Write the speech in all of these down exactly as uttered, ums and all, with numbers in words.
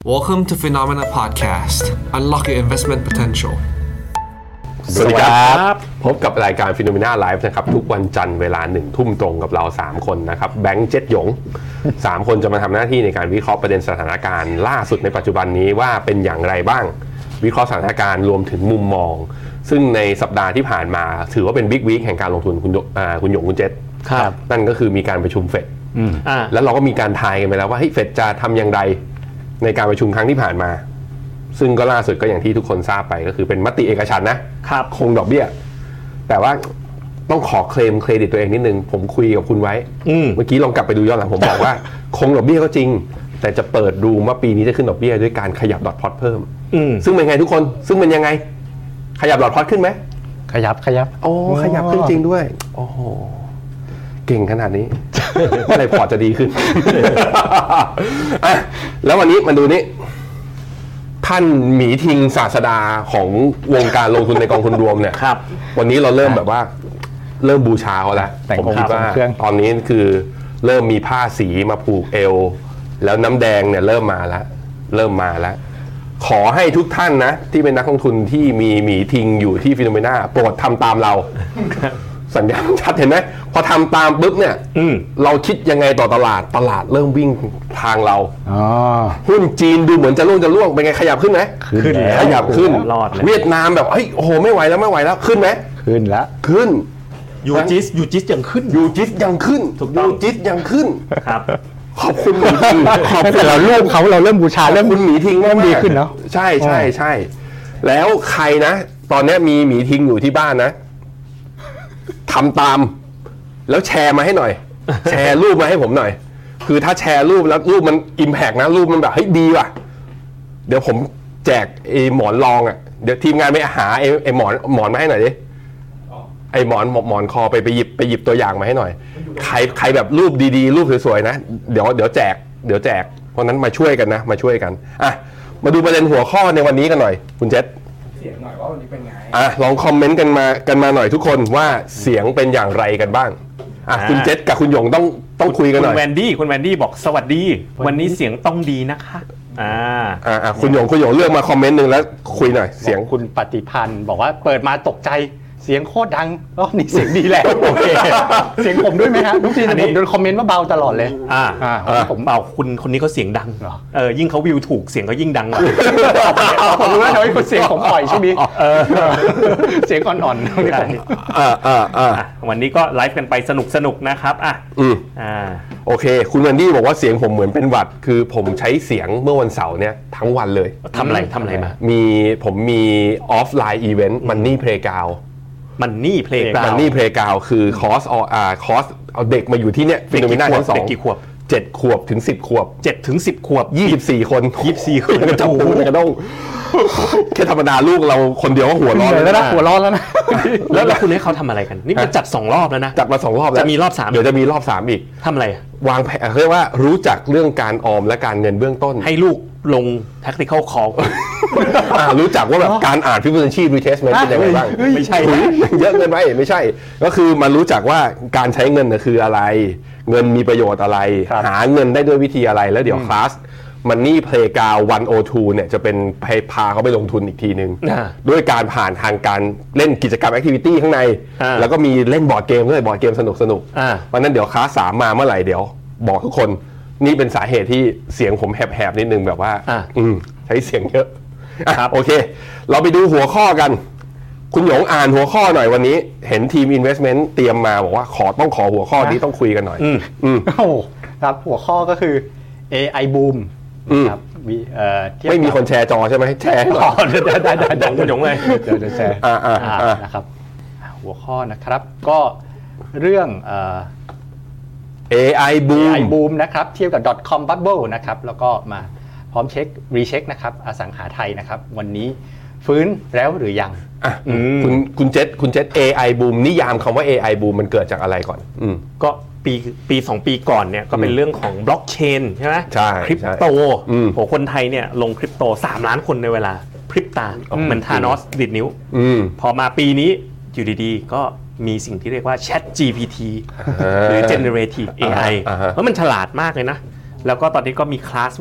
Welcome to Phenomena Podcast. Unlock your investment potential. สวัสดีครับพบกับรายการ Phenomena Live นะครับทุกวันจันทร์เวลาหนึ่งทุ่มตรงกับเราสามคนนะครับแบงค์เจ็ดหยงสามคนจะมาทำหน้าที่ในการวิเคราะห์ประเด็นสถานการณ์ล่าสุดในปัจจุบันนี้ว่าเป็นอย่างไรบ้างวิเคราะห์สถานการณ์รวมถึงมุมมองซึ่งในสัปดาห์ที่ผ่านมาถือว่าเป็นบิ๊กวีคแห่งการลงทุนคุณคุณหยงคุณเจษครับนั่นก็คือมีการประชุมเฟดแล้วเราก็มีการทายกันไปแล้วว่าเฮ้ยเฟดจะทำอย่างไรในการประชุมครั้งที่ผ่านมาซึ่งก็ล่าสุดก็อย่างที่ทุกคนทราบไปก็คือเป็นมติเอกฉันท์นะครับคงดอกเบี้ยแต่ว่าต้องขอเคลมเครดิตตัวเองนิดนึงผมคุยกับคุณไว้เมื่อกี้ลองกลับไปดูย้อนหลังผมบอกว่าคงดอกเบี้ยก็จริงแต่จะเปิดดูว่าปีนี้จะขึ้นดอกเบี้ยด้วยการขยับดอทพลอตเพิ่มซึ่งเป็นไงทุกคนซึ่งเป็นยังไงขยับดอทพลอตขึ้นไหมขยับขยับโอ้ขยับขึ้นจริงด้วยโอ้โหเก่งขนาดนี้อะไรพอจะดีขึ้นอ่ะแล้ววันนี้มาดูนี้ท่านหมีทิงศาสดาของวงการลงทุนในกองทุนรวมเนี่ยวันนี้เราเริ่มแบบว่าเริ่มบูชาเขาแล้วผมคิดว่าตอนนี้คือเริ่มมีผ้าสีมาผูกเอวแล้วน้ำแดงเนี่ยเริ่มมาแล้วเริ่มมาแล้วขอให้ทุกท่านนะที่เป็นนักลงทุนที่มีหมีทิงอยู่ที่ฟิโนเมนาโปรดทำตามเราสัญญาณชัดเห็นไหมพอทำตามปุ๊บเนี่ยเราคิดยังไงต่อตลาดตลาดเริ่มวิ่งทางเราหุ้นจีนดูเหมือนจะร่วงจะร่วงเป็นไงขยับขึ้นไหมขึ้นขยับขึ้นเวียดนามแบบเฮ้ยโอ้โหไม่ไหวแล้วไม่ไหวแล้วขึ้นไหมขึ้นแล้วขึ้นยูจิสยูจิสยังขึ้นยูจิสยังขึ้นยูจิสยังขึ้นครับขอบคุณหมีทิงขอบคุณเราเริ่มเขาเราเริ่มบูชาเริ่มคุณหมีทิงเริ่มดีขึ้นเนาะใช่ใช่ใช่แล้วใครนะตอนนี้มีหมีทิงอยู่ที่บ้านนะทำตามแล้วแชร์มาให้หน่อยแชร์รูปมาให้ผมหน่อยคือถ้าแชร์รูปแล้วรูปมันอิมแพกนะรูปมันแบบเฮ้ยดีว่ะเดี๋ยวผมแจกไอ้หมอนรองอ่ะเดี๋ยวทีมงานไปหาไอ้ไอ้หมอนหมอนมาให้หน่อยดิไอ้หมอนหมอนคอไปไปหยิบไปหยิบตัวอย่างมาให้หน่อยใครใครแบบรูปดีๆรูปสวยๆนะเดี๋ยวเดี๋ยวแจกเดี๋ยวแจกเพราะนั้นมาช่วยกันนะมาช่วยกันอ่ะมาดูประเด็นหัวข้อในวันนี้กันหน่อยคุณเจษเสียงหน่อยว่าวันนี้เป็นไงอ่ะลองคอมเมนต์กันมากันมาหน่อยทุกคนว่าเสียงเป็นอย่างไรกันบ้างอ่ะคุณเจษกับคุณหยงต้องต้องคุยกันหน่อยคุณแวนดี้คุณแวนดี้บอกสวัสดีวันนี้เสียงต้องดีนะคะอ่าอ่าคุณหยงคุณหยงเลือกมาคอมเมนต์นึงแล้วคุยหน่อยเสียงคุณปฏิพันธ์บอกว่าเปิดมาตกใจเสียงโคตรดังรอบนี้เสียงดีแล้วโอเคเสียงผมด้วยไหมฮะทุกทีผมโดนคอมเมนต์ว่าเบาตลอดเลยอ่าผมเบาคุณคนนี้เขาเสียงดังเหรอเออยิ่งเขาวิวถูกเสียงก็ยิ่งดังผมรู้แล้วทำไมคุณเสียงผมปล่อยช่วงนี้เสียงอ่อนๆนี่ผมอ่าอ่าอ่าวันนี้ก็ไลฟ์กันไปสนุกสนุกนะครับอ่ะอืมอ่าโอเคคุณแวนดี้บอกว่าเสียงผมเหมือนเป็นหวัดคือผมใช้เสียงเมื่อวันเสาร์เนี่ยทั้งวันเลยทำอะไรทำอะไรมามีผมมีออฟไลน์อีเวนต์มันนี่เพลย์กราวด์มันนี่เพลย์กราวด์มันนี่เพลย์กราวด์คือคอร์สอ่าคอร์สเอาเด็กมาอยู่ที่เนี่ยฟิโนเมนาชั้นสองเด็กกี่ขวบเจ็ดขวบถึงสิบขวบเจ็ดถึงสิบขวบยี่สิบสี่คนยี่สิบสี่คนกระจับปูกระด้งแค่ธรรมดาลูกเราคนเดียวก็หัวร้อนแล้วนะหัวร้อนแล้วนะแล้วแล้วคุณให้เขาทำอะไรกันนี่มันจัดสองรอบแล้วนะจัดมาสองรอบแล้วจะมีรอบสามเดี๋ยวจะมีรอบสามอีกทำอะไรวางแผนเรียกว่ารู้จักเรื่องการออมและการเงินเบื้องต้นให้ลูกลง tactical call รู้จักว่าแบบการอ่าน Fibonacci retracement เป็นยังไงบ้างไม่ใช่เยอะเกินไปไม่ใช่ก็คือมารู้จักว่าการใช้เงินคืออะไรเงินมีประโยชน์อะไรหาเงินได้ด้วยวิธีอะไรแล้วเดี๋ยวคลาสมันนี่เพลย์กราวด์หนึ่งศูนย์สองเนี่ยจะเป็นพาเขาไปลงทุนอีกทีนึงด้วยการผ่านทางการเล่นกิจกรรมแอคทิวิตี้ข้างในแล้วก็มีเล่นบอร์ดเกมด้วยบอร์ดเกมสนุกสนุกเพราะนั้นเดี๋ยวคลาสสามมาเมื่อไหร่เดี๋ยวบอกทุกคนนี่เป็นสาเหตุที่เสียงผมแหบๆนิดนึงแบบว่าอืมใช้เสียงเยอะครับโอเคเราไปดูหัวข้อกันคุณหยงอ่านหัวข้อหน่อยวันนี้เห็นทีม Investment เตรียมมาบอกว่าขอต้องขอหัวข้อนี้ต้องคุยกันหน่อยอืมโอ้ครับหัวข้อก็คือ เอ ไอ Boom ครับไม่มีคนแชร์จอใช่ไหมแชร์ต่อได้ได้ได้ได้คุณหยงเลยเดี๋ยวจะแชร์อ่าอ่านะครับหัวข้อนะครับก็เรื่อง เเอ ไอ Boom เอ ไอ Boom นะครับเทียบกับ .com Bubble นะครับแล้วก็มาพร้อมเช็ครีเช็คนะครับอสังหาไทยนะครับวันนี้ฟื้นแล้วหรือยังอ่ะคุณคุณเจษคุณเจษ เอ ไอ Boom นิยามคำว่า เอ ไอ Boom มันเกิดจากอะไรก่อนอืมก็ปีปีสองปีก่อนเนี่ยก็เป็นเรื่องของบล็อกเชนใช่ไหมใช่คริปโตโหคนไทยเนี่ยลงคริปโตสามล้านคนในเวลาพริบตาเหมือนธานอสดิดนิ้วพอมาปีนี้อยู่ดีๆก็มีสิ่งที่เรียกว่า Chat จี พี ที หรือ Generative เอ ไอ เพราะมันฉลาดมากเลยนะแล้วก็ตอนนี้ก็มีคลาสว่า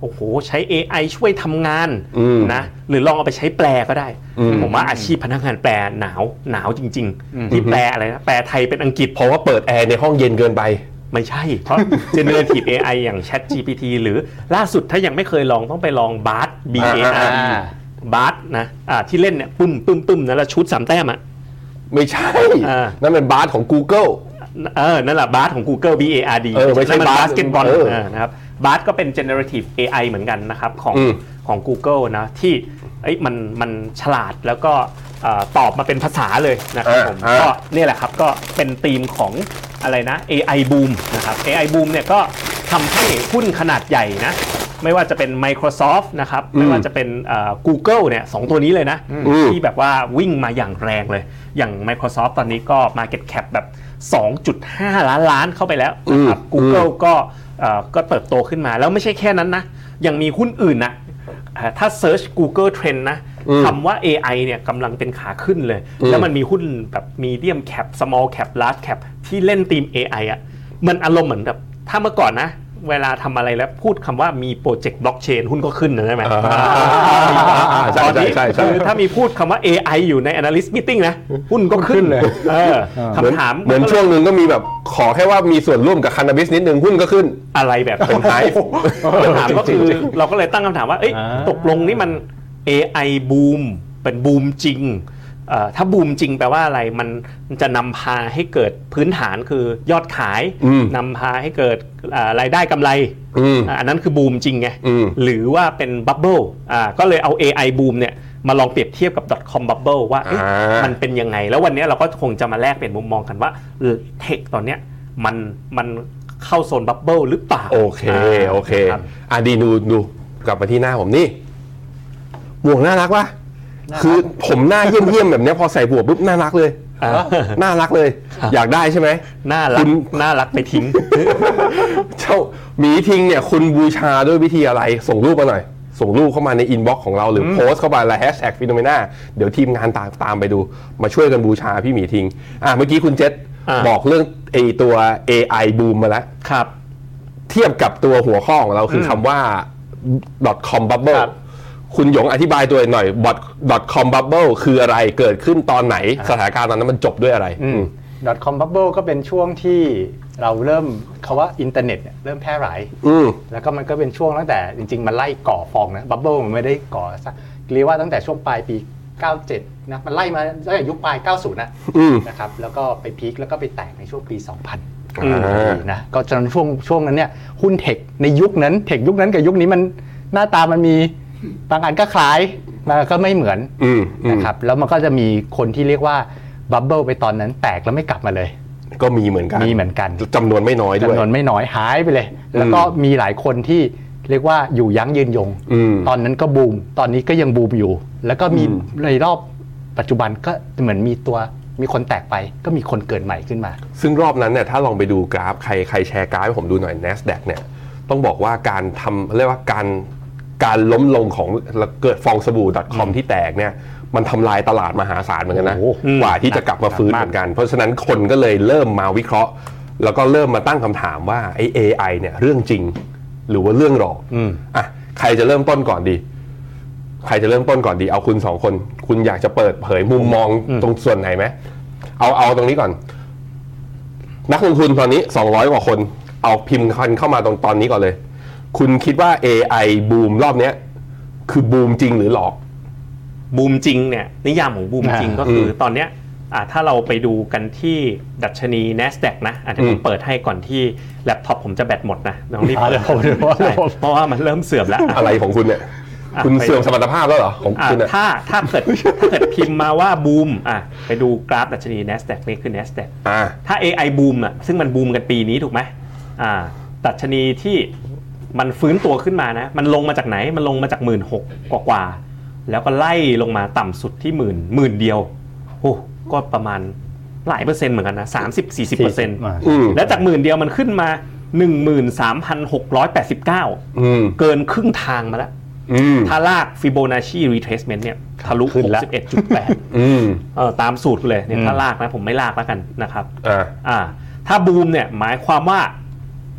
โอ้โหใช้ เอ ไอ ช่วยทำงานนะหรือลองเอาไปใช้แปลก็ได้ผมว่าอาชีพพนักงานแปลหนาวหนาวจริงๆที่แปลอะไรนะแปลไทยเป็นอังกฤษเพราะว่าเปิดแอร์ในห้องเย็นเกินไปไม่ใช่เพราะ generative เอ ไอ อย่าง ChatGPT หรือล่าสุดถ้ายังไม่เคยลองต้องไปลอง Bard B A R D Bard นะอ่าที่เล่นเนี่ยปึ้มปึ้มปึ้มนั่นแหละชุดสามแต้มอ่ะไม่ใช่นั่นเป็น Bard ของ Google เออนั่นแหละ Bard ของ Google B A R D เออไม่ใช่ Basketball นะครับ Bard ก็เป็น generative เอ ไอ เหมือนกันนะครับของของ Google นะที่เอ้ยมันมันฉลาดแล้วก็ตอบมาเป็นภาษาเลยนะครับผมก็นี่แหละครับก็เป็นธีมของอะไรนะ เอ ไอ Boom นะครับ เอ ไอ Boom เนี่ยก็ทำให้หุ้นขนาดใหญ่นะไม่ว่าจะเป็น Microsoft นะครับไม่ว่าจะเป็น Google เนี่ยสองตัวนี้เลยนะที่แบบว่าวิ่งมาอย่างแรงเลยอย่าง Microsoft ตอนนี้ก็ Market Cap แบบ สองจุดห้า ล้านล้านเข้าไปแล้วนะครับ Google ก็ก็เติบโตขึ้นมาแล้วไม่ใช่แค่นั้นนะยังมีหุ้นอื่นนะถ้า Search Google Trend นะคำว่า เอ ไอ เนี่ยกำลังเป็นขาขึ้นเลยแล้วมันมีหุ้นแบบ medium cap small cap large cap ที่เล่นธีม เอ ไอ อ่ะมันอารมณ์เหมือนแบบถ้าเมื่อก่อนนะเวลาทำอะไรแล้วพูดคำว่ามีโปรเจกต์บล็อกเชนหุ้นก็ขึ้นนะใช่ไหมตอนนี้คือถ้ามีพูดคำว่า เอ ไอ อยู่ใน analyst meeting นะหุ้นก็ขึ้นเลยคำถามเหมือนช่วงนึงก็มีแบบขอแค่ว่ามีส่วนร่วมกับ cannabis นิดนึงหุ้นก็ขึ้นอะไรแบบเป็นไฮคำถามก็คือเราก็เลยตั้งคำถามว่าตกลงนี่มัน เอ ไอ บูมเป็นบูมจริงถ้าบูมจริงแปลว่าอะไรมันจะนำพาให้เกิดพื้นฐานคือยอดขายนำพาให้เกิดรายได้กำไรอันนั้นคือบูมจริงไงหรือว่าเป็นบับเบิ้ลก็เลยเอา เอ ไอ บูมเนี่ยมาลองเปรียบเทียบกับ .com bubble ว่ามันเป็นยังไงแล้ววันนี้เราก็คงจะมาแลกเปลี่ยนมุมมองกันว่าเทคตอนเนี้ยมันมันเข้าโซนบับเบิ้ลหรือเปล่าโอเคโอเคอ่ะดีดูดูกลับมาที่หน้าผมนี่หมวกน่ารักวะคือผมหน้าเยี่ยมๆแบบนี้พอใส่บวกปุ๊บน่ารักเลยน่ารักเลยอยากได้ใช่ไหมน่ารักน่ารักไปทิ้งเจ้าหมีทิ้งเนี่ยคุณบูชาด้วยวิธีอะไรส่งรูปมาหน่อยส่งรูปเข้ามาในอินบ็อกซ์ของเราหรือโพสต์เข้าไปอะไรแฮชแท็กฟิโนเมนาเดี๋ยวทีมงานตามตามไปดูมาช่วยกันบูชาพี่หมีทิ้งอ่ะเมื่อกี้คุณเจษบอกเรื่องไอตัว เอ ไอ Boom มาแล้วครับเทียบกับตัวหัวข้อของเราคือคำว่า .com bubbleคุณหยงอธิบายตัวหน่อย .com bubble คืออะไรเกิดขึ้นตอนไหนสถานการณ์ตอนนั้นมันจบด้วยอะไร .com bubble ก็เป็นช่วงที่เราเริ่มคำว่าอินเทอร์เน็ตเนี่ยเริ่มแพร่หลายแล้วก็มันก็เป็นช่วงตั้งแต่จริงๆมันไล่ก่อฟองนะ bubble มันไม่ได้ก่อสักเรียกว่าตั้งแต่ช่วงปลายปีเก้าสิบเจ็ดนะมันไล่มาตั้งแต่ยุคปลายเก้าสิบนะนะครับแล้วก็ไปพีคแล้วก็ไปแตกในช่วงปีสองพันนะก็จนช่วงช่วงนั้นเนี่ยหุ้นเทคในยุคนั้นเทคยุคนั้นกับยุคนี้มันหน้าตามันมีบางอันก็คล้ายบางก็ไม่เหมือนนะครับแล้วมันก็จะมีคนที่เรียกว่าบับเบิ้ลไปตอนนั้นแตกแล้วไม่กลับมาเลยก็มีเหมือนกันมีเหมือนกันจำนวนไม่น้อยด้วยจำนวนไม่น้อยหายไปเลยแล้วก็มีหลายคนที่เรียกว่าอยู่ยั้งยืนยงตอนนั้นก็บูมตอนนี้ก็ยังบูมอยู่แล้วก็มีในรอบปัจจุบันก็เหมือนมีตัวมีคนแตกไปก็มีคนเกิดใหม่ขึ้นมาซึ่งรอบนั้นเนี่ยถ้าลองไปดูกราฟใครใครแชร์กราฟให้ผมดูหน่อย NASDAQ เนี่ยต้องบอกว่าการทำเรียกว่าการการล้มลงของเกิดฟองสบู่ .com ที่แตกเนี่ยมันทำลายตลาดมหาศาลเหมือนกันนะกว่าที่จะกลับมาฟื้นเหมือนกันเพราะฉะนั้นคนก็เลยเริ่มมาวิเคราะห์แล้วก็เริ่มมาตั้งคำถามว่าไอ้ เอ ไอ เนี่ยเรื่องจริงหรือว่าเรื่องหลอกอ่ะใครจะเริ่มต้นก่อนดีใครจะเริ่มต้นก่อนดีเอาคุณสองคนคุณอยากจะเปิดเผยมุมมองตรงส่วนไหนไหมเอาเอาตรงนี้ก่อนนักลงทุนตอนนี้สองร้อยกว่าคนเอาพิมพ์คันเข้ามาตรงตอนนี้ก่อนเลยคุณคิดว่า เอ ไอ บูมรอบนี้คือบูมจริงหรือหลอกบูมจริงเนี่ยนิยามของบูมจริงก็คือตอนเนี้ยถ้าเราไปดูกันที่ดัชนี NASDAQ นะอาจจะผมเปิดให้ก่อนที่แล็ปท็อปผมจะแบตหมดนะต้องรีบเปิดเพราะว่ามันเริ่มเสื่อมแล้วอะไรของคุณเนี่ยคุณเสื่อมสมรรถภาพแล้วเหรอของคุณเนี่ยถ้าถ้าเกิดถ้าเกิดพิมพ์มาว่าบูมอ่ะไปดูกราฟดัชนี NASDAQ นี่คือ NASDAQ ถ้า เอ ไอ บูมอ่ะซึ่งมันบูมกันปีนี้ถูกไหมอ่าดัชนีที่มันฟื้นตัวขึ้นมานะมันลงมาจากไหนมันลงมาจาก หนึ่งหมื่นหกพัน กว่ากว่าแล้วก็ไล่ลงมาต่ำสุดที่หมื่นหมื่นเดียวโอ้ก็ประมาณหลายเปอร์เซ็นต์เหมือนกันนะ สามสิบถึงสี่สิบเปอร์เซ็นต์ แล้วจากหมื่นเดียวมันขึ้นมา หนึ่งหมื่นสามพันหกร้อยแปดสิบเก้า เกินครึ่งทางมาแล้วถ้าลาก Fibonacci retracement เนี่ยทะลุ หกสิบเอ็ดจุดแปด เออตามสูตรเลยเนี่ยถ้าลากนะผมไม่ลากแล้วกันนะครับอ่าถ้าบูมเนี่ยหมายความว่า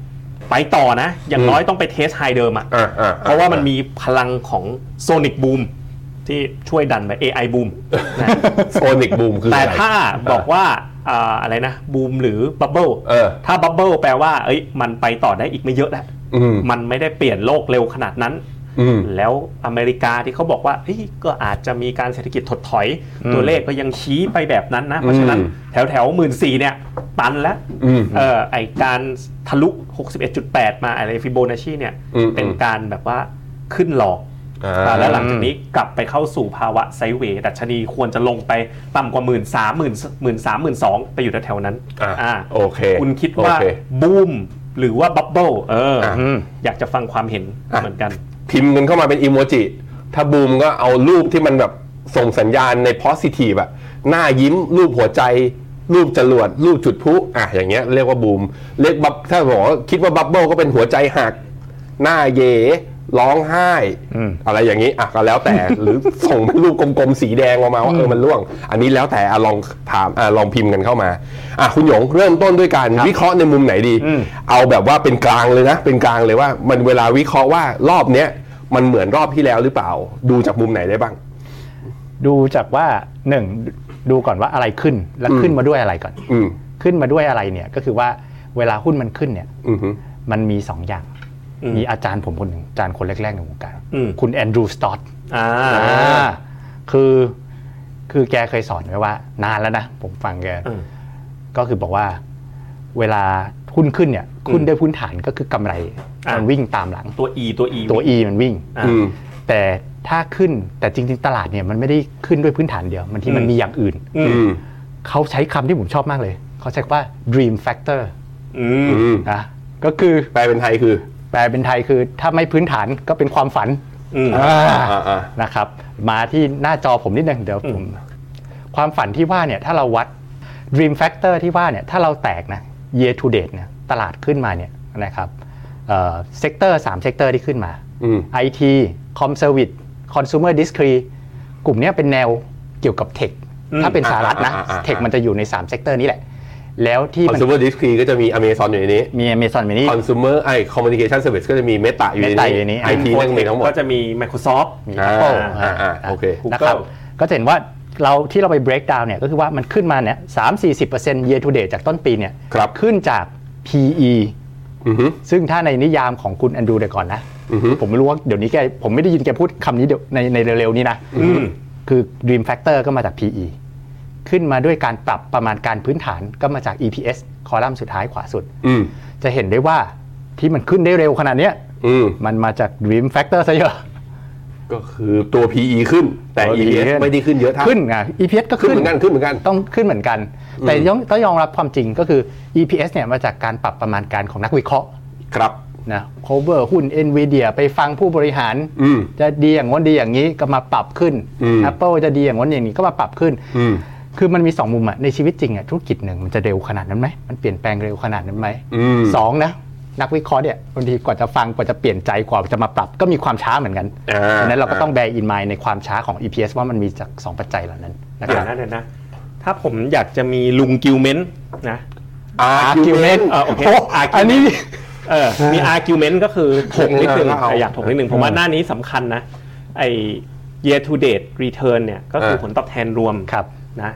ไปต่อนะอย่างน้อยต้องไปเทสไฮเดิมอ่ะเพราะว่ามันมีพลังของโซนิกบูมที่ช่วยดันไป เอ ไอ บูมโซนิกบูมคือแต่ถ้าบอกว่าอะไรนะบูมหรือบับเบิลถ้าบับเบิลแปลว่าเอ้ยมันไปต่อได้อีกไม่เยอะแล้วมันไม่ได้เปลี่ยนโลกเร็วขนาดนั้นแล้วอเมริกาที่เขาบอกว่าเฮ้ยก็อาจจะมีการเศรษฐกิจถดถอยตัวเลขก็ยังชี้ไปแบบนั้นนะเพราะฉะนั้นแถวแถวหมื่นสี่เนี่ยตันแล้วเออไอการทะลุ หกสิบเอ็ดจุดแปด มาอะไรฟิโบนัชชีเนี่ยเป็นการแบบว่าขึ้นหลอกแล้วหลังจากนี้กลับไปเข้าสู่ภาวะไซด์เวย์ดัชนีควรจะลงไปต่ำกว่าหมื่นสามหมื่นหมื่นสามหมื่นสองไปอยู่แถวๆนั้นอ่าโอเคคุณคิดว่าบูมหรือว่าบับเบิ้ลเอออยากจะฟังความเห็นเหมือนกันพิมพ์กันเข้ามาเป็นอีโมจิถ้าบูมก็เอารูปที่มันแบบส่งสัญญาณใน positive อะหน้ายิ้มรูปหัวใจรูปจรวดรูปจุดพลุอ่ะอย่างเงี้ยเรียกว่าบูมเรียกบับถ้าบอกคิดว่าบับเบิ้ลก็เป็นหัวใจหักหน้าเยร้องไห้อะไรอย่างนี้อ่ะก็แล้วแต่หรือส่งรูปกลมๆสีแดงออกมาว่าเออมันร่วงอันนี้แล้วแต่อ่ะลองถามอ่ะลองพิมพ์กันเข้ามาอ่ะคุณหยงเริ่มต้นด้วยการวิเคราะห์ในมุมไหนดีเอาแบบว่าเป็นกลางเลยนะเป็นกลางเลยว่ามันเวลาวิเคราะห์ว่ารอบเนี้ยมันเหมือนรอบที่แล้วหรือเปล่าดูจากมุมไหนได้บ้างดูจากว่าหนึ่งดูก่อนว่าอะไรขึ้นแล้วขึ้นมาด้วยอะไรก่อนขึ้นมาด้วยอะไรเนี่ยก็คือว่าเวลาหุ้นมันขึ้นเนี่ยมันมีสองอย่างมีอาจารย์ผมคนหนึ่งอาจารย์คนแรกๆในวงการคุณแอนดรูว์สต็อตคือคือแกเคยสอนไว้ว่านานแล้วนะผมฟังแกก็คือบอกว่าเวลาหุ้นขึ้นเนี่ยขึ้นด้วยพื้นฐานก็คือกำไรมันวิ่งตามหลังตัว E ตัว E ตัว E มันวิ่งแต่ถ้าขึ้นแต่จริงๆตลาดเนี่ยมันไม่ได้ขึ้นด้วยพื้นฐานเดียวมันที่มันมีอย่างอื่นเขาใช้คำที่ผมชอบมากเลยเขาใช้ว่า dream factor นะก็คือแปลเป็นไทยคือแปลเป็นไทยคือถ้าไม่พื้นฐานก็เป็นความฝันนะครับมาที่หน้าจอผมนิดนึงเดี๋ยวผมความฝันที่ว่าเนี่ยถ้าเราวัด dream factor ที่ว่าเนี่ยถ้าเราแตกนะ year to date เนี่ยตลาดขึ้นมาเนี่ยนะครับเซกเตอร์สามเซกเตอร์ที่ขึ้นมา ไอ ที Com Service Consumer Discrete กลุ่มนี้เป็นแนวเกี่ยวกับเทคถ้าเป็นสหรัฐนะเทคมันจะอยู่ในสามเซกเตอร์นี้แหละแล้วที่ Consumer Discrete ก็จะมี Amazon อยู่ในนี้มี Amazon อยู่ในนี้ Consumer ไอ้ Communication Service ก็จะมี Meta อยู่ในนี้ ไอ ที ก็มีทั้งหมดก็จะมี Microsoft มี Apple โอเคนะครับก็จะเห็นว่าเราที่เราไป break down เนี่ยก็คือว่ามันขึ้นมาเนี่ย สามถึงสี่สิบเปอร์เซ็นต์ year to date จากต้นปีเนี่ยขึ้นจาก พี อี ซึ่งถ้าในนิยามของคุณแอนดรูว์เดี๋ยวก่อนนะผมไม่รู้ว่าเดี๋ยวนี้แกผมไม่ได้ยินแกพูดคำนี้เดี๋ยวในในเร็วๆนี้นะคือ dream factor ก็มาจาก พี อี ขึ้นมาด้วยการปรับประมาณการพื้นฐานก็มาจาก อี พี เอส คอลัมน์สุดท้ายขวาสุดจะเห็นได้ว่าที่มันขึ้นได้เร็วขนาดนี้มันมาจาก dream factor ซะเยอะก็คือตัว พี อี ขึ้นแต่ อี พี เอส ไม่ได้ขึ้นเยอะเท่าขึ้นไง อี พี เอส ก็ขึ้นเหมือนกันขึ้นเหมือนกันต้องขึ้นเหมือนกันแต่ต้องยอมรับความจริงก็คือ อี พี เอส เนี่ยมาจากการปรับประมาณการของนักวิเคราะห์ครับนะ cover หุ้น Nvidia ไปฟังผู้บริหารจะดีอย่างงั้นดีอย่างนี้ก็มาปรับขึ้น Apple จะดีอย่างงั้นอย่างนี้ก็มาปรับขึ้นคือมันมีสองมุมอะในชีวิตจริงอะธุรกิจหนึ่งมันจะเร็วขนาดนั้นไหมมันเปลี่ยนแปลงเร็วขนาดนั้นไหมสองนะนักวิเคราะห์เนี่ยบางทีกว่าจะฟังกว่าจะเปลี่ยนใจกว่าจะมาปรับก็มีความช้าเหมือนกันดังนั้นเราก็ต้องแบร์อินไมน์ในความช้าของ อี พี เอส ว่ามันมีจากสองปัจจัยเหล่านั้นนะครับเดี๋ยวนะถ้าผมอยากจะมีลุงกิวเมนต์นะ argument เออโอเคอันนี้เออมี argument ก็คือถกนิดนึงอยากถกนิดนึงผมว่าหน้านี้สำคัญนะไอ้ year to date return เนี่ยก็คือผลตอบแทนรวมนะ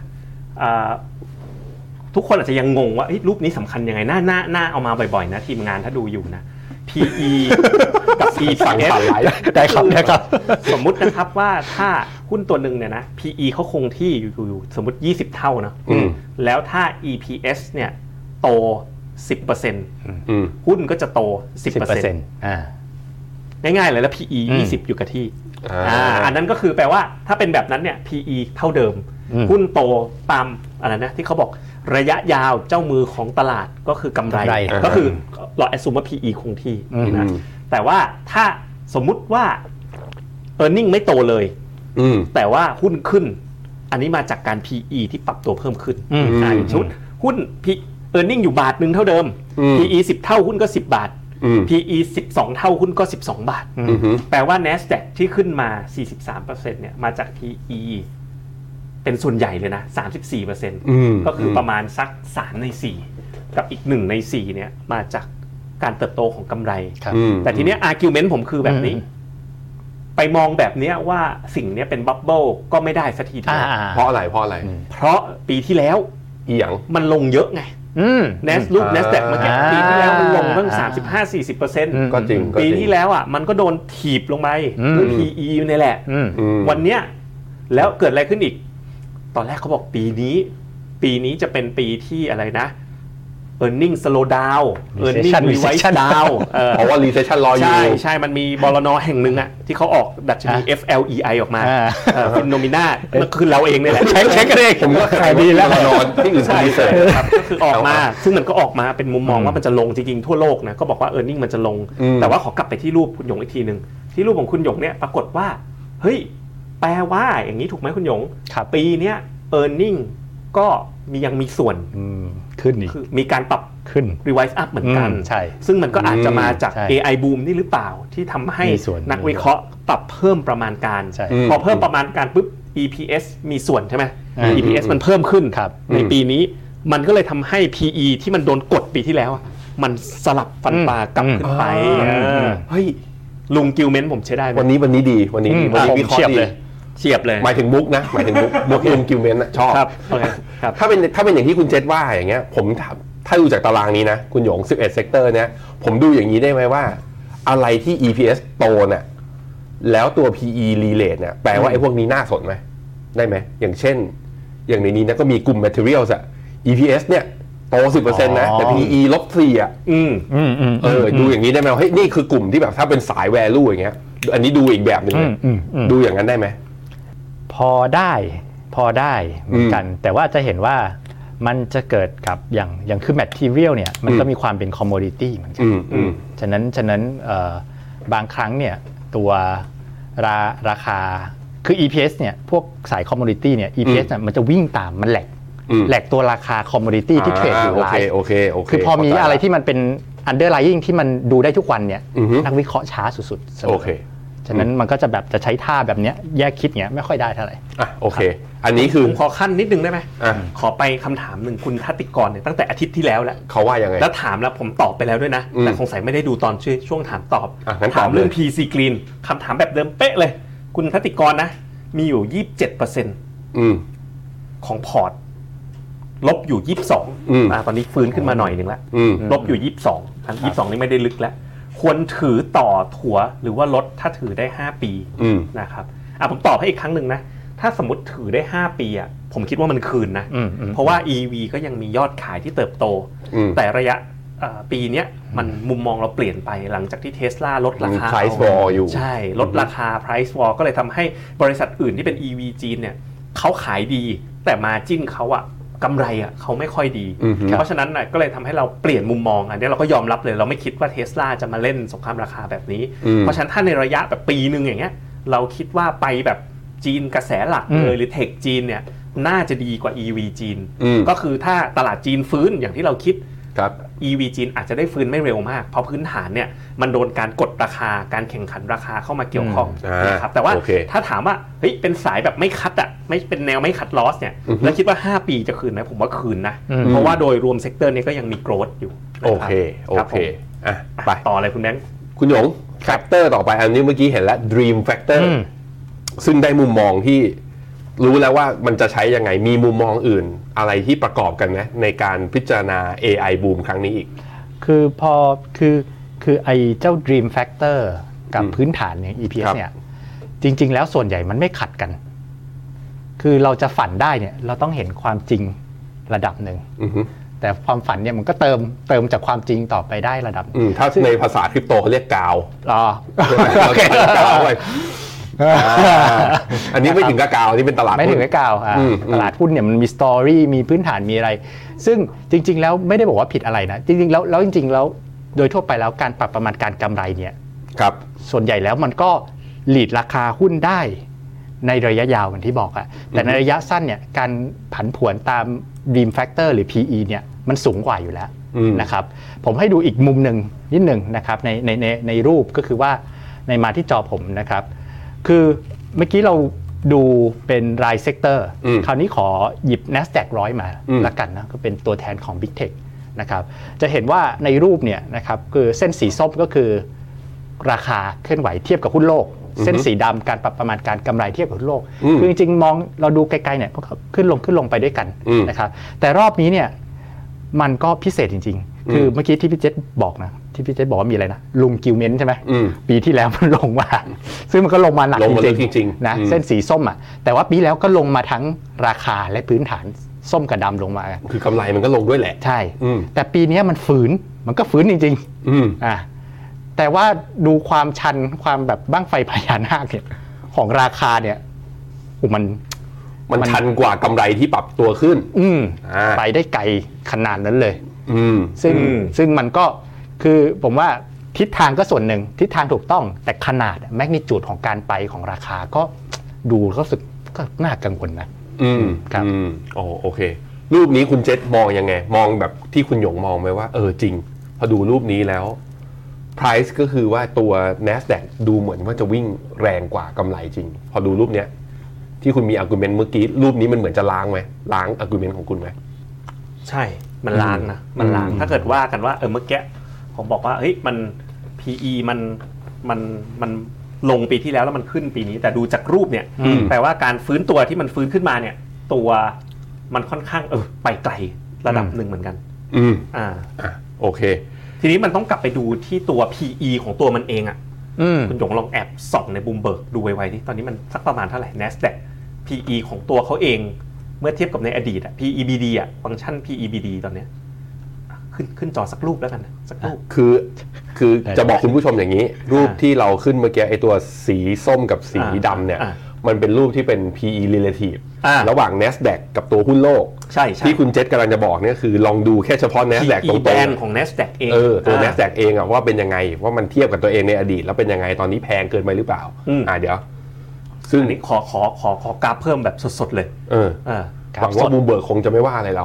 ทุกคนอาจจะยังงงว่ารูปนี้สำคัญยังไงหน้าหน้าหน้าเอามาบ่อยๆนะทีมงานถ้าดูอยู่นะ พี อี กับ อี พี เอสได้ครับได้ครับสมมุตินะครับว่าถ้าหุ้นตัวหนึ่งเนี่ยนะ พี อี เขาคงที่อยู่สมมุติยี่สิบเท่านะแล้วถ้า อี พี เอส เนี่ยโต สิบเปอร์เซ็นต์ หุ้นก็จะโต สิบเปอร์เซ็นต์ อ่าง่ายๆเลยแล้ว พี อี ยี่สิบอยู่กับที่อ่าอันนั้นก็คือแปลว่าถ้าเป็นแบบนั้นเนี่ย พี อี เท่าเดิมหุ้นโตตามอะไรนะที่เขาบอกระยะยาวเจ้ามือของตลาดก็คือกำไรก็คือเราแอสซูมว่า พี อี คงที่นะแต่ว่าถ้าสมมุติว่า earning ไม่โตเลยแต่ว่าหุ้นขึ้นอันนี้มาจากการ พี อี ที่ปรับตัวเพิ่มขึ้นชุดหุ้น earning อยู่บาทนึงเท่าเดิม พี อี สิบเท่าหุ้นก็สิบบาท พี อี สิบสองเท่าหุ้นก็สิบสองบาทแปลว่า NASDAQ ที่ขึ้นมา สี่สิบสามเปอร์เซ็นต์ เนี่ยมาจาก พี อี เป็นส่วนใหญ่เลยนะ สามสิบสี่เปอร์เซ็นต์ ก็คือประมาณสักสามในสี่กับอีกหนึ่งในสี่เนี่ยมาจากการเติบโตของกำไรอืมแต่ทีเนี้ย argument ผมคือแบบนี้ ไปมองแบบเนี้ยว่าสิ่งเนี้ยเป็นบับเบิ้ลก็ไม่ได้สักทีเดียวอ่าเพราะอะไรเพราะอะไรเพราะปีที่แล้วอีหยังมันลงเยอะไงอืมเนสรูปอ่า NASDAQ เมื่อกี้ปีที่แล้วมันลงตั้งอ่าสามสิบห้าถึงสี่สิบเปอร์เซ็นต์ก็จริงก็จปีริงที่แล้วอ่ะมันก็โดนถีบลงไปอืมด้วย พี อี นี่แหละอืมอืมวันเนี้ยแล้วเกิดอะไรขึ้นอีก ตอนแรกเขาบอกปีนี้ ปีนี้จะเป็นปีที่อะไรนะ earning slow down earning Recession revise Recession down เออเพราะว่า recession รออยู่ใช่ใช่มันมีบลนแห่งหนึ่งอะที่เขาออกดัชนีอ่ะเอฟ แอล อี ไอ ออกมาอ่าฟินโนมิน่านั่นคือเราเองเนี่ยแหละเช็คเช็คกันเองผมก็ใครดีแล้วนอนที่อื่นใช่ดีเสร็ใช่จครับก็คือออกมา ซึ่งมันก็ออกมาเป็นมุมมองว่ามันจะลงจริงๆทั่วโลกนะก็บอกว่า e a r n i n g มันจะลงอืมแต่ว่าขอกลับไปที่รูปคุณหยงอีกทีหนึ่งที่รูปของคุณหยงเนี่ยปรากฏว่าเฮ้ยแปลว่าอย่างนี้ถูกไหมคุณหยงครับปีเนี้ย e a r n i n g ก็มียังมีส่วนอืมขึ้นอีกคือมีการปรับขึ้น revise up เหมือนกันอืมใช่ซึ่งมันก็อาจจะมาจากใช่เอ ไอ boom นี่หรือเปล่าที่ทำให้มีส่วนนักวิเคราะห์ปรับเพิ่มประมาณการใช่พอเพิ่มประมาณการปุ๊บ อี พี เอส มีส่วนใช่ไหมอ่าอี พี เอส มันเพิ่มขึ้นครับในปีนี้มันก็เลยทำให้ พี อี ที่มันโดนกดปีที่แล้วอะมันสลับฟันปลากลับขึ้นไปอืมเออเฮ้ยลุงกิลเมนต์ผมใช้ได้ไหมวันนี้วันนี้ดีวันนี้ดีอืมวันนี้ผมวิเคราะเฉียบห์ดีเลยเฉียบเลยหมายถึงมุกนะหมายถึงมุกมุกลุงกิวเมนต์ชอบครับโอเคครับถ้าเป็นถ้าเป็นอย่างที่คุณเจษว่าอย่างเงี้ยผมถามถ้าดูจากตารางนี้นะคุณหยงสิบเอ็ดเซกเตอร์เนี้ยผมดูอย่างนี้ได้ไหมว่า อะไรที่ อี พี เอส โตเนี่ยแล้วตัว พี อี relate เนี่ยแปลว่าไอ้พวกนี้น่าสนไหมได้ไหมอย่างเช่น อย่างในนี้นะก็มีกลุ่ม materials อะ อี พี เอส เนี่ยโต สิบเปอร์เซ็นต์ นะแต่ พี อี ลบสี่อะอืมอืมอืมเออดูอย่างนี้ได้ไหมว่าเฮ้ยนี่คือกลุ่มที่แบบถ้าเป็นสาย value อย่างเงี้ยอันนี้ดูอีกแบบหนึ่งเลยอืมอืมอืมดูอย่างนั้นได้ไหมพอได้พอได้เหมือนกัน แต่ว่าจะเห็นว่ามันจะเกิดกับอย่างอย่างคือ material เนี่ยมันก็มีความเป็น commodity เหมือนกัอืนมอืมฉะนั้นฉะนั้นเอ่อบางครั้งเนี่ยตัวราราคาคือ อี พี เอส เนี่ยพวกสาย commodity เนี่ย อี พี เอส เนี่ยมันจะวิ่งตามมันแหลกอืมแหลกตัวราคา commodity ที่เทรดอยู่โอไลเคฟ์โอเคโอเคคือพอมีเข้าใจอะไรที่มันเป็น underlying ที่มันดูได้ทุกวันเนี่ยอือฮึนักวิเคราะห์ช้าสุดๆสมโอเคฉะนั้นมันก็จะแบบจะใช้ท่าแบบเนี้ยแยกคิดเงี้ยไม่ค่อยได้เท่าไหร่อ่ะโอเค อันนี้คือผมขอขั้นนิดนึงได้ไหมอ่ะขอไปคำถามหนึ่งคุณทัติกรเนี่ยตั้งแต่อาทิตย์ที่แล้วแล้วเขาว่ายังไงแล้วถามแล้วผมตอบไปแล้วด้วยนะอืมแต่คงใส่ไม่ได้ดูตอนช่วงช่วงถามตอบอ่ะงั้นตอบถามเรื่องเลยพี ซี Green คำถามแบบเดิมเป๊ะเลย คุณทัติกรนะ มีอยู่ ยี่สิบเจ็ดเปอร์เซ็นต์อืมของพอร์ต ลบอยู่ ยี่สิบสองอืมอ่าตอนนี้ฟื้นขึ้นมาหน่อยหนึ่งแล้วอืมลบอยู่ ยี่สิบสองอันยี่สิบสองนี่ไม่ได้ลึกแล้ว ควรถือต่อถัวหรือว่าลดถ้าถือได้ ห้า ปีอืมนะครับอ่ะผมตอบให้อีกครั้งหนึ่งนะ ถ้าสมมติถือได้ ห้า ปีอ่ะผมคิดว่ามันคืนนะอืมอืมเพราะว่า อี วี ก็ยังมียอดขายที่เติบโตอืมแต่ระยะเอ่อปีเนี้ยมันมุมมองเราเปลี่ยนไปหลังจากที่เทสลาลดราคามี price war อยู่ใช่ ลดราคา price war ก็เลยทำให้บริษัทอื่นที่เป็น อี วี จีนเนี่ยเขาขายดี แต่มาจิ้นเขาอะกำไรอะเขาไม่ค่อยดีอือฮึเพราะฉะนั้นน่ะก็เลยทำให้เราเปลี่ยนมุมมองอันนี้เราก็ยอมรับเลยเราไม่คิดว่าเทสลาจะมาเล่นสงครามราคาแบบนี้อืมเพราะฉะนั้นถ้าในระยะแบบปีหนึ่งอย่างเงี้ยเราคิดว่าไปแบบจีนกระแสหลักเลยหรือเทคจีนเนี่ยน่าจะดีกว่า อี วี จีนอืมก็คือถ้าตลาดจีนฟื้นอย่างที่เราคิดครับอี วี จีนอาจจะได้ฟื้นไม่เร็วมาก เพราะพื้นฐานเนี่ยมันโดนการกดราคาการแข่งขันราคาเข้ามาเกี่ยวข้องอืมนะครับแต่ว่าโอเคถ้าถามว่าเฮ้ยเป็นสายแบบไม่คัดอ่ะไม่เป็นแนวไม่คัดลอสเนี่ยอือฮึแล้วคิดว่า ห้า ปีจะคืนไหมผมว่าคืนนะอืมเพราะว่าโดยรวมเซกเตอร์นี้ก็ยังมีโกรธอยู่นะโอรับเคโอรับเคผมอ่ะอ่ะไปต่อเลยคุณแบงค์คุณหยง factor ต่อไปอันนี้เมื่อกี้เห็นแล้ว dream factor อืมซึ่งได้มุมมองที่รู้แล้วว่ามันจะใช้ยังไงมีมุมมองอื่น อะไรที่ประกอบกันนะในการพิจารณา เอ ไอ boom ครั้งนี้อีกคือพอคือคือไอ้เจ้า Dream Factor กับอืมพื้นฐานเนี่ย อี พี เอสครับเนี่ยจริง ๆ แล้วส่วนใหญ่มันไม่ขัดกัน คือเราจะฝันได้เนี่ยเราต้องเห็นความจริงระดับหนึ่งอือฮึแต่ความฝันเนี่ยมันก็เติมเติมจากความจริงต่อไปได้ระดับหนึ่งอืมถ้าในภาษาคริปโตเขาเรียกกาวอ๋อเราจะกาวไปอ่าอันนี้ไม่ถึงกับกาวอันนี้เป็นตลาดไม่ถึงหุ้นไม่กล่าวอ่าอืมตลาดหุ้นเนี่ยมันมีสตอรี่มีพื้นฐานมีอะไร ซึ่งจริง ๆ แล้วไม่ได้บอกว่าผิดอะไรนะ จริง ๆ แล้วแล้วจริง ๆ แล้วโดยทั่วไปแล้วการปรับประมาณการกำไรเนี่ยครับส่วนใหญ่แล้วมันก็หลีดราคาหุ้นได้ในระยะยาวเหมือนที่บอกอะแต่ในระยะสั้นเนี่ยการผันผวนตาม Dream Factor หรือ พี อี เนี่ยมันสูงกว่าอยู่แล้วอืมนะครับผมให้ดูอีกมุมหนึ่งนิดหนึ่งนะครับในในในในรูปก็คือว่าในมาที่จอผมนะครับ คือเมื่อกี้เราดูเป็นรายเซกเตอร์อืมคราวนี้ขอหยิบ NASDAQ ร้อยมาอืมละกันนะก็เป็นตัวแทนของ Big Tech นะครับจะเห็นว่าในรูปเนี่ยนะครับคือเส้นสีส้มก็คือราคาเคลื่อนไหวเทียบกับหุ้นโลกเส้นสีดำการปรับประมาณการกำไรเทียบกับหุ้นโลกคือจริงๆมองเราดูไกลๆเนี่ยก็ขึ้นลงขึ้นลงไปด้วยกันนะครับแต่รอบนี้เนี่ยมันก็พิเศษจริงๆคือเมื่อกี้ที่พี่เจษบอกนะที่พี่เจษบอกว่ามีอะไรนะลุงกิวเมนใช่ไหมปีที่แล้วมันลงมาซึ่งมันก็ลงมาหนักจริงๆนะเส้นสีส้มอ่ะแต่ว่าปีแล้วก็ลงมาทั้งราคาและพื้นฐานส้มกับดำลงมาคือกำไรมันก็ลงด้วยแหละใช่แต่ปีนี้มันฝืนมันก็ฝืนจริงๆอ่าแต่ว่าดูความชันความแบบบั้งไฟพญานาคเนี่ยของราคาเนี่ยโอ้มันมันชันกว่ากำไรที่ปรับตัวขึ้นอืมไปได้ไกลขนาดนั้นเลยอืมซึ่งซึ่งมันก็คือผมว่าทิศทางก็ส่วนหนึ่งทิศทางถูกต้องแต่ขนาดแมกนิจูดของการไปของราคาก็ดูก็รู้สึกก็น่ากังวลนะอืมครับอืมโอ้โอเครูปนี้คุณเจษมองยังไงมองแบบที่คุณหยงมองไหมว่าเออจริงพอดูรูปนี้แล้ว price ก็คือว่าตัว NASDAQ ดูเหมือนว่าจะวิ่งแรงกว่ากำไรจริงพอดูรูปเนี้ยที่คุณมี argument เมื่อกี้รูปนี้มันเหมือนจะล้างไหมล้าง argument ของคุณไหมใช่มันล้างนะมันล้างถ้าเกิดว่ากันว่าเออเมื่อกี้ผมบอกว่าเฮ้ยมัน พี อี มันมันมันลงปีที่แล้วแล้วมันขึ้นปีนี้แต่ดูจากรูปเนี่ยแปลว่าการฟื้นตัวที่มันฟื้นขึ้นมาเนี่ยตัวมันค่อนข้างเออไปไกลระดับหนึ่งเหมือนกันอืมอ่าอ่ะโอเคทีนี้มันต้องกลับไปดูที่ตัว พี อี ของตัวมันเองอ่ะคุณหยงลองแอบส่องในบูมเบิร์กดูไวๆที่ตอนนี้มันสักประมาณเท่าไหร่ NASDAQ พี อี ของตัวเขาเองเมื่อเทียบกับในอดีตอ่ะ พี อี บี ดี อ่ะฟังก์ชัน พี อี บี ดี ตอนเนี้ยขึ้นขึ้นจอสักรูปแล้วกันนะสักรูปคือคือจะบอกคุณผู้ชมอย่างนี้รูปที่เราขึ้นเมื่อกี้ไอตัวสีส้มกับสีดำเนี่ยมันเป็นรูปที่เป็น พี อี relative ระหว่าง NASDAQ กับตัวหุ้นโลกใช่ที่คุณเจษกำลังจะบอกเนี่ยคือลองดูแค่เฉพาะ NASDAQ ตรงๆของ NASDAQ เองเออตัว NASDAQ เองอะว่าเป็นยังไงว่ามันเทียบกับตัวเองในอดีตแล้วเป็นยังไงตอนนี้แพงเกินไปหรือเปล่าอ่าเดี๋ยวซึ่งอันนี้ขอขอขอขอกราฟเพิ่มแบบสดๆเลยเออหวังว่าบูมเบิร์กคงจะไม่ว่าอะไรเรา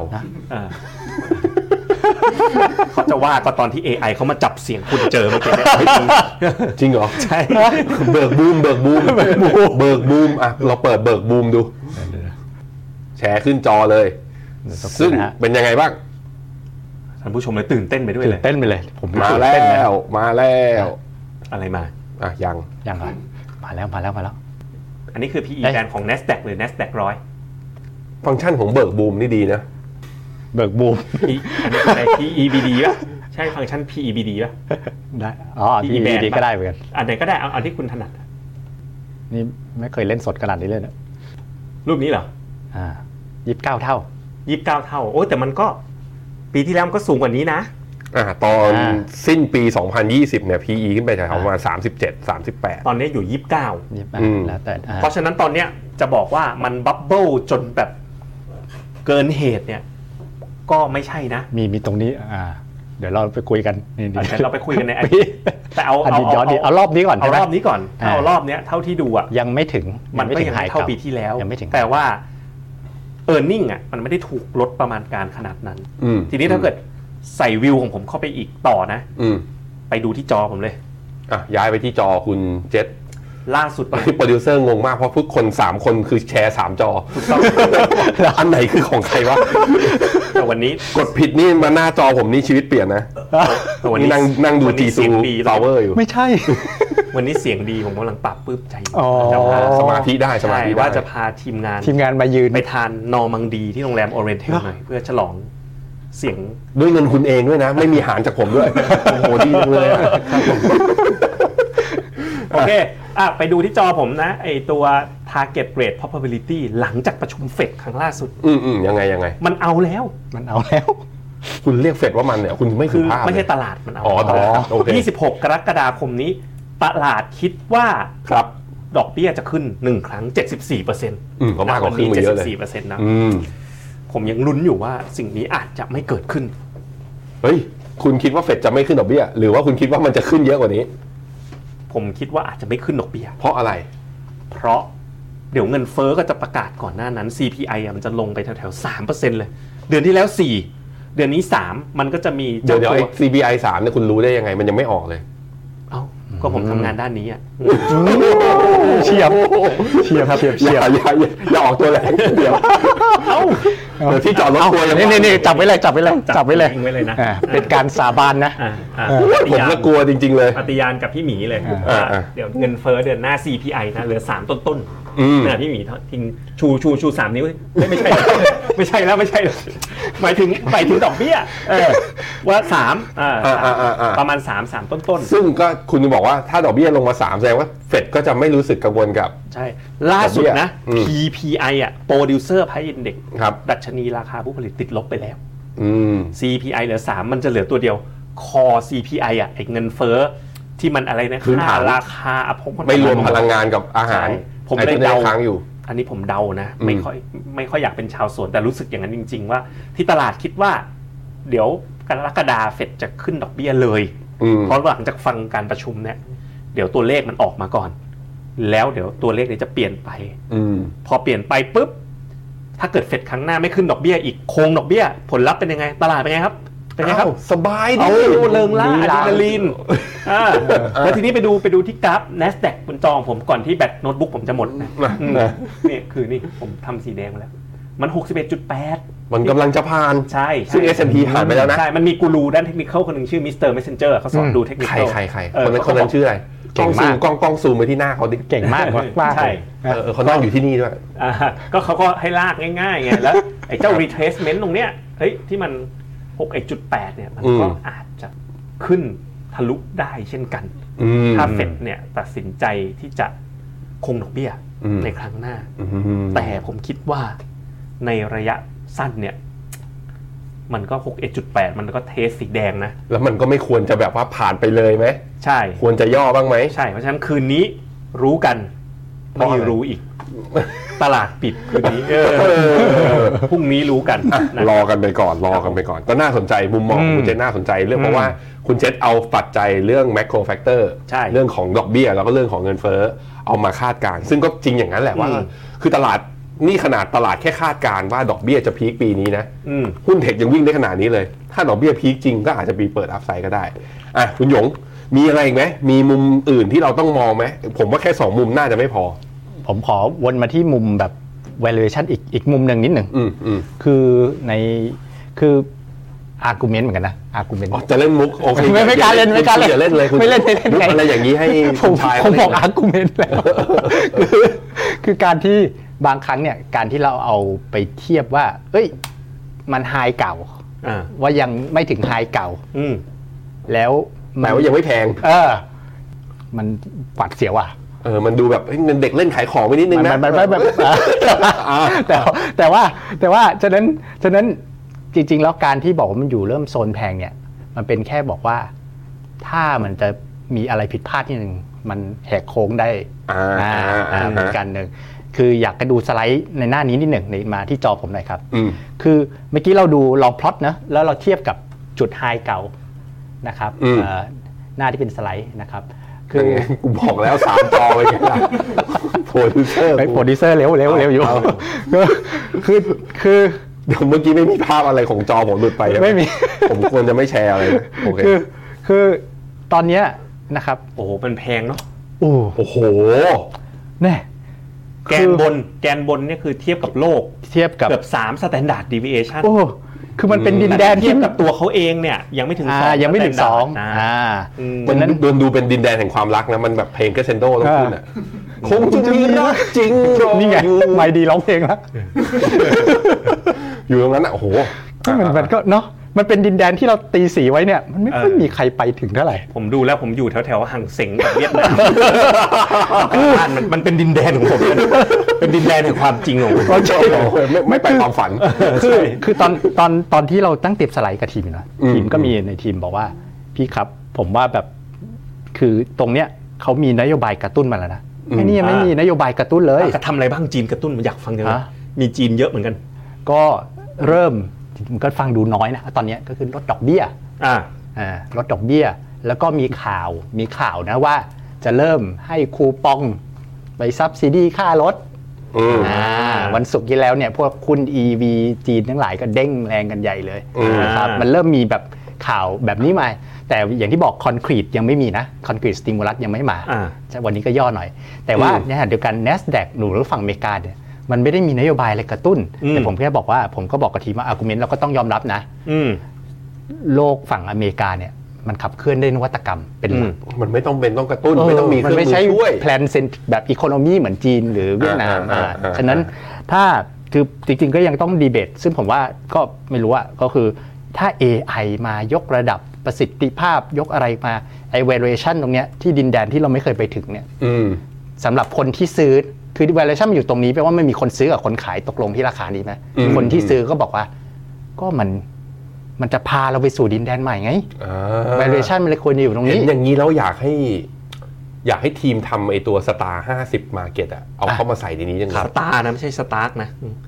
เขาจะว่าก็ตอนที่ เอ ไอ เขามาจับเสียงคุณเจอเมื่อกี้จริงเหรอใช่เบิร์กบูมเบิร์กบูมเบิร์กบูมอ่ะเราเปิดเบิร์กบูมดูแชร์ขึ้นจอเลยซึ่งเป็นยังไงบ้างท่านผู้ชมเลยตื่นเต้นไปด้วยเลยตื่นเต้นไปเลยผมมาแล้วมาแล้วอะไรมาอ่ะยังยังเหรอมาแล้วมาแล้วมาแล้วอันนี้คือ พี อี แบรนด์ของ NASDAQ หรือ NASDAQ หนึ่งร้อยฟังก์ชันของเบิร์กบูมนี่ดีนะเบิร์กบูมอันนี้อะไร พี อี บี ดี ป่ะใช่ฟังก์ชัน พี อี บี ดี ป่ะได้อ๋อ พี อี บี ดี ก็ได้เหมือนกันอันไหนก็ได้เอาอันที่คุณถนัดนี่ไม่เคยเล่นสดขนาดนี้เลยนะรูปนี้เหรออ่ายี่สิบเก้าเท่ายี่สิบเก้าเท่าโอ้แต่มันก็ปีที่แล้วมันก็สูงกว่านี้นะอ่าตอนสิ้นปีสองพันยี่สิบเนี่ย พี อี ขึ้นไปแถวประมาณสามสิบเจ็ด สามสิบแปดตอนนี้อยู่ยี่สิบเก้าแล้วแต่เพราะฉะนั้นตอนเนี้ยจะบอกว่ามันบับเบิ้ลจนแบบเกินเหตุเนี่ยก็ไม่ใช่นะมีมีตรงนี้อ่าเดี๋ยวเราไปคุยกันนี่เดี๋ยวเราไปคุยกันในอดีตแต่เอาเอาเอาเอารอบนี้ก่อนเอารอบนี้ก่อนเอารอบเนี้ยเท่าที่ดูอ่ะยังไม่ถึงมันก็ยังไม่เท่าปีที่แล้วแต่ว่า earning อ่ะมันไม่ได้ถูกลดประมาณการขนาดนั้นทีนี้ถ้าเกิดใส่วิวของผมเข้าไปอีกต่อนะไปดูที่จอผมเลยอ่ะย้ายไปที่จอคุณเจษล่าสุดโปรดิวเซอร์งงมากเพราะทุกคนสามคนคือแชร์สามจออันไหนคือของใครวะแต่วันนี้กดผิดนี่มาหน้าจอผมนี่ชีวิตเปลี่ยนนะวันนี้นั่งนั่งดูจีซูฟลาวเวอร์อยู่ไม่ใช่วันนี้เสียงดีผมกำลังปรับปื้มใจจะพาสมาธิได้สมาธิว่าจะพาทีมงานทีมงานมายืนไปทานนอร์มังดีที่โรงแรมโอเรนเทลหน่อยเพื่อฉลองเสียงด้วยเงินคุณเองด้วยนะไม่มีหารจากผมด้วยโอ้โหดีจังเลยโอเคอ่ะไปดูที่จอผมนะไอตัว target rate probability หลังจากประชุมเฟดครั้งล่าสุดอืมอืมยังไงยังไงมันเอาแล้วมันเอาแล้วคุณเรียกเฟดว่ามันเนี่ยคุณไม่คือภาพไม่ใช่ตลาดมันเอาอ๋อตลาดโอเคยี่สิบหกกรกฎาคมนี้ตลาดคิดว่าครับดอกเบี้ยจะขึ้นหนึ่งครั้ง เจ็ดสิบสี่เปอร์เซ็นต์อืมก็มากกว่าครึ่งเยอะเลยเจ็ดสิบสี่เปอร์เซ็นต์ นะอืมผมยังลุ้นอยู่ว่าสิ่งนี้อาจจะไม่เกิดขึ้นเฮ้ยคุณคิดว่าเฟดจะไม่ขึ้นดอกเบี้ยหรือว่าคุณคิดว่ามันจะขึ้นเยอะกว่านี้ผมคิดว่าอาจจะไม่ขึ้นดอกเบี้ยเพราะอะไรเพราะเดี๋ยวเงินเฟ้อก็จะประกาศก่อนหน้านั้น ซี พี ไอ อ่ะมันจะลงไปแถวๆ สามเปอร์เซ็นต์ เลยเดือนที่แล้วสี่เดือนนี้สามมันก็จะมีเดี๋ยวๆไอ้ ซี พี ไอ สามเนี่ยคุณรู้ได้ยังไงมันยังไม่ออกเลยเอ้าก็ผมทำงานด้านนี้อ่ะเฉียบเฉียบครับเฉียบอเฉียย่าบอย่าอย่าอย่าออกตัวแรงเดี๋ยวเอ้าเดี๋ยวที่จอดรถทัวร์ยังนี่นี่จับไว้เลยจับไว้เลยจับไว้เลยไว้เลยนะเป็นการสาบานนะผมก็กลัวจริงๆเลยปฏิญาณกับพี่หมีเลยเดี๋ยวเงินเฟ้อเดือนหน้า ซี พี ไอ นะเหลือสามต้นๆเนี่ยพี่หมีทิ้งชูชูชูสามนิ้วไม่ใช่ไม่ใช่แล้วไม่ใช่หมายถึงหมายถึงดอกเบี้ยว่าสามประมาณสาม สามต้นๆซึ่งก็คุณบอกว่าถ้าดอกเบี้ยลงมาสามแสดงว่าเฟดก็จะไม่รู้สึกกังวลกับใช่ล่าสุดนะ พี พี ไอ อ่ะ Producer Price Index ดัชนีราคาผู้ผลิตติดลบไปแล้ว ซี พี ไอ เหลือสามมันจะเหลือตัวเดียว Core ซี พี ไอ อ่ะไอ้เงินเฟ้อที่มันอะไรนะค่าราคาไม่รวมพลังงานกับอาหารผมเลยเดาค้างอยู่อันนี้ผมเดานะไม่ค่อยไม่ค่อยอยากเป็นชาวสวนแต่รู้สึกอย่างนั้นจริงๆว่าที่ตลาดคิดว่าเดี๋ยวกรกฎาเฟดจะขึ้นดอกเบี้ยเลยเพราะหลังจากฟังการประชุมเนี่ยเดี๋ยวตัวเลขมันออกมาก่อนแล้วเดี๋ยวตัวเลขนี้จะเปลี่ยนไปพอเปลี่ยนไปปุ๊บถ้าเกิดเฟดครั้งหน้าไม่ขึ้นดอกเบี้ยอีกโคงดอกเบี้ยผลลัพธ์เป็นยังไงตลาดเป็นไงครับเป็นไงครับสบายดิเริงล่าอะดรีนาลีนแล้วทีนี้ไปดูไปดูที่กราฟ NASDAQ บนจอผมก่อนที่แบตโน้ตบุ๊กผมจะหมดนะนี่คือนี่ผมทำสีแดงมาแล้วมัน หกสิบเอ็ดจุดแปดมันกำลังจะผ่านใช่ซึ่ง เอส แอนด์ พี ผ่านไปแล้วนะใช่มันมีกูรูด้านเทคนิคคนหนึ่งชื่อมิสเตอร์เมสเซนเจอร์เขาสอนดูเทคนิคใครใครคนนั้นคนนั้นชื่ออะไรกล้องซูมกล้องกล้องซูมไปที่หน้าเขาดิเก่งมากมากใช่เขานั่งอยู่ที่นี่ด้วยก็เขาก็ให้ลากง่ายๆไงแล้วไอ้เจ้า retracement ตรงเนี้ยเฮ้ยที่มัน หกสิบเอ็ดจุดแปด เนี่ยมันก็อาจจะขึ้นทะลุได้เช่นกันถ้าเฟดเนี่ยตัดสินใจที่จะคงดอกเบี้ยในครั้งหน้าแต่ผมคิดว่าในระยะสั้นเนี่ยมันก็ หกสิบเอ็ดจุดแปด มันก็เทสสีแดงนะแล้วมันก็ไม่ควรจะแบบว่าผ่านไปเลยไหมใช่ควรจะย่อบ้างไหมใช่เพราะฉะนั้นคืนนี้รู้กันไม่รู้อีกตลาดปิดคืนนี้พรุ่งนี้รู้กันรอกันไปก่อนรอกันไปก่อนก็น่าสนใจมุมมองคุณเจษน่าสนใจเรื่องเพราะว่าคุณเจษเอาปัจจัยเรื่อง macro factor เรื่องของดอกเบี้ยแล้วก็เรื่องของเงินเฟ้อเอามาคาดการณ์ซึ่งก็จริงอย่างนั้นแหละว่าคือตลาดนี่ขนาดตลาดแค่คาดการณ์ว่าดอกเบี้ยจะพีคปีนี้นะหุ้นเทคยังวิ่งได้ขนาดนี้เลยถ้าดอกเบี้ยพีคจริงก็อาจจะมีเปิดอัพไซด์ก็ได้อ่ะคุณหยงมีอะไรอีกไหมมีมุมอื่นที่เราต้องมองไหมผมว่าแค่สองมุมน่าจะไม่พอผมขอวนมาที่มุมแบบ valuation อีกอีกมุมหนึ่งนิดหนึ่งคือในคือ argument เหมือนกันนะ argument จะเล่นมุกโอเคไม่ไม่กล้าเล่นไม่กล้าเล่นอย่าเล่นเลยไม่เล่นไม่เล่นมุกอะไรอย่างนี้ให้ผมผมบอก argument แล้วคือคือการที่บางครั้งเนี่ยการที่เราเอาไปเทียบว่าเอ้ยมันไฮเก่าว่ายังไม่ถึงไฮเก่าแล้วแปลว่ายังไม่แพงเออมันหวาดเสียวอ่ะเออมันดูแบบเงินเด็กเล่นขายของไปนิดนึงนะมันมันแบบแต่แต่ว่าแต่ว่าฉะนั้นฉะนั้นจริงๆแล้วการที่บอกว่ามันอยู่เริ่มโซนแพงเนี่ยมันเป็นแค่บอกว่าถ้ามันจะมีอะไรผิดพลาดนิดนึงมันแหกโค้งได้เหมือนกันหนึ่งคืออยากจะดูสไลด์ในหน้านี้นิดหนึ่งมาที่จอผมหน่อยครับคือเมื่อกี้เราดูเราพล็อตนะแล้วเราเทียบกับจุดไฮเก่านะครับหน้าที่เป็นสไลด์นะครับคือกูบอกแล้วสามจอเลยนะโปรดิวเซอร์โปรดิวเซอร์เร็วเร็วเร็วอยู่คือคือเดี๋ยวเมื่อกี้ไม่มีภาพอะไรของจอผมหลุดไปไม่มีผมควรจะไม่แชร์อะไรโอเคคือคือตอนนี้นะครับโอ้โหมันแพงเนาะโอ้โหแน่แกนบนแกนบนเนี่ยคือเทียบกับโลกเทียบกับเกือบสาม standard deviation โอ้คือมันเป็นดินแดนเทียบกับตัวเขาเองเนี่ยยังไม่ถึงสองยังไม่ถึงสองอ่ามันนั้นโดนดูเป็นดินแดนแห่งความรักนะมันแบบเพลงเกสเซนโดต้องขึ้นอ่ะคงจะมีรักจริงนี่ไงไม่ดีร้องเพลงแล้วอยู่ตรงนั้นอ่ะโอ้โหมันมันก็เนาะมันเป็นดินแดนที่เราตีสีไว้เนี่ยมันไม่ค่อยมีใครไปถึงเท่าไหร่ผมดูแล้วผมอยู่แถวๆหังเส็งกับเวียดนามมันมันเป็นดินแดนของผมเป็นดินแดนแห่งความจริงของผมไม่ไม่ไปความฝันคือคือตอนตอนตอนที่เราตั้งติดสไลด์กับทีมนะทีมก็มีในทีมบอกว่าพี่ครับผมว่าแบบคือตรงเนี้ยเขามีนโยบายกระตุ้นมาแล้วนะไอ้นี่ยังไม่มีนโยบายกระตุ้นเลยทำอะไรบ้างจีนกระตุ้นอยากฟังจังเลยมีจีนเยอะเหมือนกันก็เริ่มมันก็ฟังดูน้อยนะตอนนี้ก็คือลดดอกเบี้ยอ่าอ่าลดดอกเบี้ยแล้วก็มีข่าวมีข่าวนะว่าจะเริ่มให้คูปองไปซับซิดีค่ารถอ่าวันศุกร์ที่แล้วเนี่ยพวกคุณ อี วี จีนทั้งหลายก็เด้งแรงกันใหญ่เลยนะครับมันเริ่มมีแบบข่าวแบบนี้มาแต่อย่างที่บอกคอนกรีตยังไม่มีนะคอนกรีตสติมูลัสยังไม่มาวันนี้ก็ย่อหน่อยแต่ว่าในขณะเดียวกัน NASDAQ หรือฝั่งอเมริกาเนี่ยมันไม่ได้มีนโยบายอะไรกระตุ้นแต่ผมแค่บอกว่าผมก็บอกกับทีมว่า argument เราก็ต้องยอมรับนะโลกฝั่งอเมริกาเนี่ยมันขับเคลื่อนด้วยนวัตกรรมเป็นหลักมันไม่ต้องเป็นต้องกระตุ้นไม่ต้องมีเครื่องมือช่วยแพลนเซนแบบอีโคโนมีเหมือนจีนหรือเวียดนามฉะนั้นถ้าคือจริงๆก็ยังต้องดีเบตซึ่งผมว่าก็ไม่รู้อะก็คือถ้า เอ ไอ มายกระดับประสิทธิภาพยกอะไรมาไอ้ valuation ตรงเนี้ยที่ดินแดนที่เราไม่เคยไปถึงเนี่ยสำหรับคนที่ซื้อคือ valuation มันอยู่ตรงนี้แปลว่าไม่มีคนซื้อกับคนขายตกลงที่ราคานี้ไหมคนที่ซื้อก็บอกว่าก็มันมันจะพาเราไปสู่ดินแดนใหม่ไง valuation มันเลยควรอยู่ตรงนี้อย่างนี้แล้วอยากให้อยากให้ทีมทำไอตัว Star ห้าสิบ Market อ่ะเอาเข้ามาใส่ในนี้จังเลย Star นะไม่ใช่ Stark นะ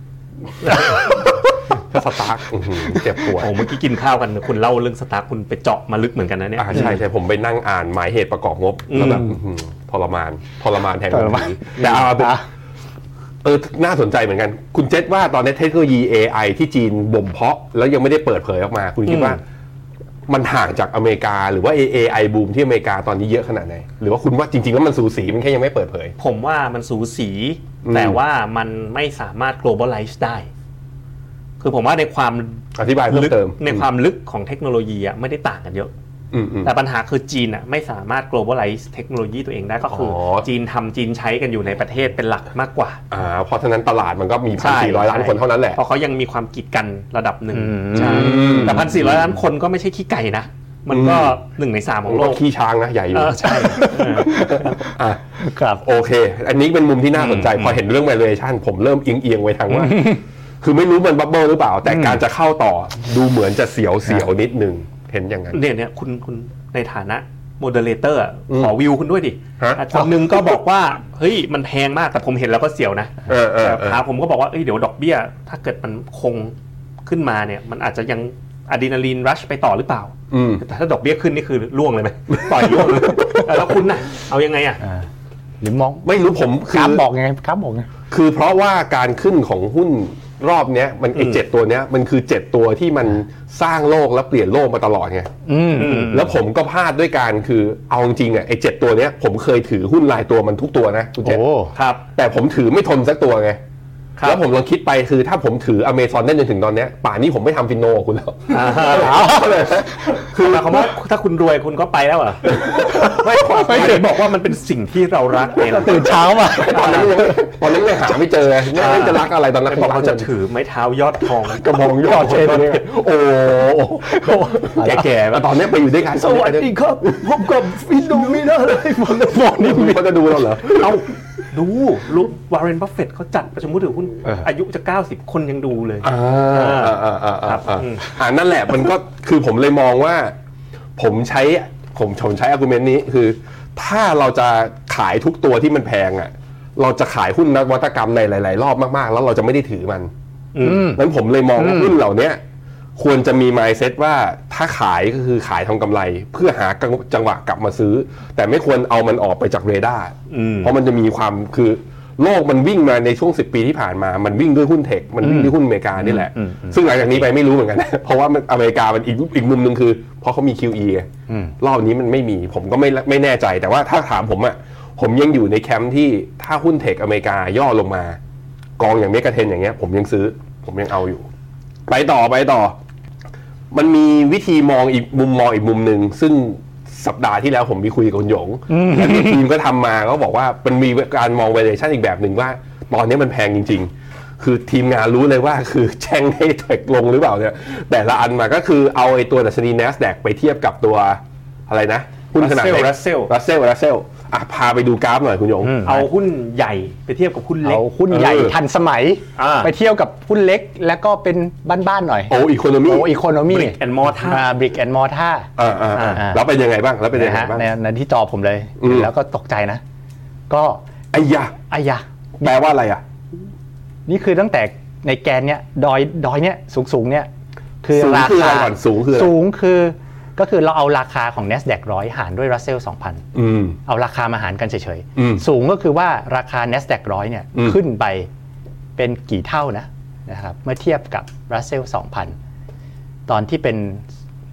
ถ้า Stark เจ็บปวดโอ้เมื่อกี้กินข้าวกันคุณเล่าเรื่อง Stark คุณไปเจาะมาลึกเหมือนกันนะเนี่ยใช่ใช่ผมไปนั่งอ่านหมายเหตุประกอบงบแล้วแบบทรมานทรมานแทนคนนี้แต่เอาเออน่าสนใจเหมือนกันคุณเจษว่าตอนนี้เทคโนโลยี เอ ไอ ที่จีนบ่มเพาะแล้วยังไม่ได้เปิดเผยออกมาคุณคิดว่ามันห่างจากอเมริกาหรือว่า เอ ไอ บูมที่อเมริกาตอนนี้เยอะขนาดไหนหรือว่าคุณว่าจริงๆแล้วมันสูสีมันแค่ยังไม่เปิดเผยผมว่ามันสูสีแต่ว่ามันไม่สามารถ globalize ได้คือผมว่าในความอธิบายเพิ่มเติมในความลึกของเทคโนโลยีอ่ะไม่ได้ต่างกันเยอะแต่ปัญหาคือจีนอ่ะไม่สามารถ globalize เทคโนโลยีตัวเองได้ก็คือจีนทำจีนใช้กันอยู่ในประเทศเป็นหลักมากกว่าอ่าเพราะฉะนั้นตลาดมันก็มี หนึ่งพันสี่ร้อย ล้านคนเท่านั้นแหละเพราะเขายังมีความกีดกันระดับหนึ่งใช่แต่ หนึ่งพันสี่ร้อย ล้านคนก็ไม่ใช่ขี้ไก่นะมันก็หนึ่งในสามของโลกขี้ช้างนะใหญ่อยู่ใช่อ่ะครับโอเคอันนี้เป็นมุมที่น่าสนใจพอเห็นเรื่อง valuation ผมเริ่มเอียงๆไว้ทางว่าคือไม่รู้มันบับเบิ้ลหรือเปล่าแต่การจะเข้าต่อดูเหมือนจะเสียวเสียวนิดนึงเห็นอย่างนั้นเนี่ยเนี่ยคุณคุณในฐานะโมเดเลเตอร์ขอวิวคุณด้วยดิคนนึงก็บอกว่าเฮ้ยมันแพงมากแต่ผมเห็นแล้วก็เสียวนะแต่ขาผมก็บอกว่าเอ้ยเดี๋ยวดอกเบี้ยถ้าเกิดมันคงขึ้นมาเนี่ยมันอาจจะยังอะดรีนาลีนรัชไปต่อหรือเปล่าแต่ถ้าดอกเบี้ยขึ้นนี่คือล่วงเลยไหมต่อยล่วงเลยแล้วคุณน่ะเอายังไงอ่ะหรือมองไม่รู้ผมคือบอกไงครับบอกไงคือเพราะว่าการขึ้นของหุ้นรอบเนี้ยมันไอเจ็ดตัวเนี้ยมันคือเจ็ดตัวที่มันสร้างโลกและเปลี่ยนโลกมาตลอดไงแล้วผมก็พลาดด้วยการคือเอาจริงอ่ะไอเจ็ดตัวเนี้ยผมเคยถือหุ้นรายตัวมันทุกตัวนะคุณเจษครับแต่ผมถือไม่ทนสักตัวไงแล้วผมลองคิดไปคือถ้าผมถืออเมซอนได้จนถึงตอนนี้ป่านนี้ผมไม่ทำฟินโนคุณแล้วคือหมายความว่าถ้าคุณรวยคุณก็ไปแล้วเหรอไม่ไม่ได้บอกว่ามันเป็นสิ่งที่เรารักเองตื่นเช้ามาตอนนั้นตอนนั้นไม่หาไม่เจอไม่จะรักอะไรตอนนั้นบอกเขาจะถือไม้เท้ายอดทองกระบองยอดเชนโอ้แก่ๆตอนนี้ไปอยู่ด้วยกันสวัสดีครับพบกับฟินโนมิน่าเลยบอกนี่เขาจะดูเราเหรอเอาดูลูกวาร์เรน บัฟเฟตต์เขาจัดประชุมผู้ถือหุ้นอายุจะเก้าสิบคนยังดูเลยอ่าอ่าอ่าอ่าอ่านั่นแหละมันก็คือผมเลยมองว่าผมใช้ผมผมใช้ argument นี้คือถ้าเราจะขายทุกตัวที่มันแพงอ่ะเราจะขายหุ้นนวัตกรรมในหลายๆรอบมากๆแล้วเราจะไม่ได้ถือมันนั้นผมเลยมองว่าหุ้นเหล่านี้ควรจะมี mindset ว่าถ้าขายก็คือขายทำกำไรเพื่อหาจังหวะกลับมาซื้อแต่ไม่ควรเอามันออกไปจากเรดาร์เพราะมันจะมีความคือโลกมันวิ่งมาในช่วงสิบปีที่ผ่านมามันวิ่งด้วยหุ้นเทคมันวิ่งด้วยหุ้นอเมริกานี่แหละซึ่งหลังจากนี้ไปไม่รู้เหมือนกันเพราะว่าอเมริกามันอีกอีกมุมนึงคือเพราะเขามี คิว อี ไงรอบนี้มันไม่มีผมก็ไม่ไม่แน่ใจแต่ว่าถ้าถามผมอ่ะผมยังอยู่ในแคมป์ที่ถ้าหุ้นเทคอเมริกาย่อลงมากองอย่างเมกะเทนอย่างเงี้ยผมยังซื้อผมยังเอาอยู่ไปต่อไปต่อมันมีวิธีมองอีกมุมมองอีกมุมหนึ่งซึ่งสัปดาห์ที่แล้วผมมีคุยกับคุณหยงและทีมก็ทำมาก็บอกว่ามันมีการมอง valuation อีกแบบหนึ่งว่าตอนนี้มันแพงจริงๆคือทีมงานรู้เลยว่าคือแช่งให้เทคลงหรือเปล่าเนี่ยแต่ละอันมาก็คือเอาไอ้ตัวดัชนี NASDAQ ไปเทียบกับตัวอะไรนะหุ้นขนาดเล็ก Russell Russell Russell อ่ะพาไปดูกราฟหน่อยคุณหยงเอาหุ้นใหญ่ไปเทียบกับหุ้นเล็กเอาหุ้นใหญ่ทันสมัยไปเทียบกับหุ้นเล็กแล้วก็เป็นบ้านๆหน่อยโอ้อีโคโนมี่โอ้อีโคโนมี่ Brick and Mortar อ่า Brick and Mortar อ่าอ่าแล้วเป็นยังไงบ้างแล้วเป็นยังไงบ้างในที่จอผมเลยแล้วก็ตกใจนะก็ไอ้ยะไอ้ยะแปลว่าอะไรอ่ะนี่คือตั้งแต่ในแกนเนี้ยดอยดอยเนี้ยสูงๆเนี้ยคือราคาสูงคือสูงคือก็คือเราเอาราคาของ NASDAQ หนึ่งร้อยหารด้วย Russell สองพันอืมเอาราคามาหารกันเฉยๆสูงก็คือว่าราคา NASDAQ หนึ่งร้อยเนี่ยขึ้นไปเป็นกี่เท่านะนะครับเมื่อเทียบกับ Russell สองพัน ตอนที่เป็น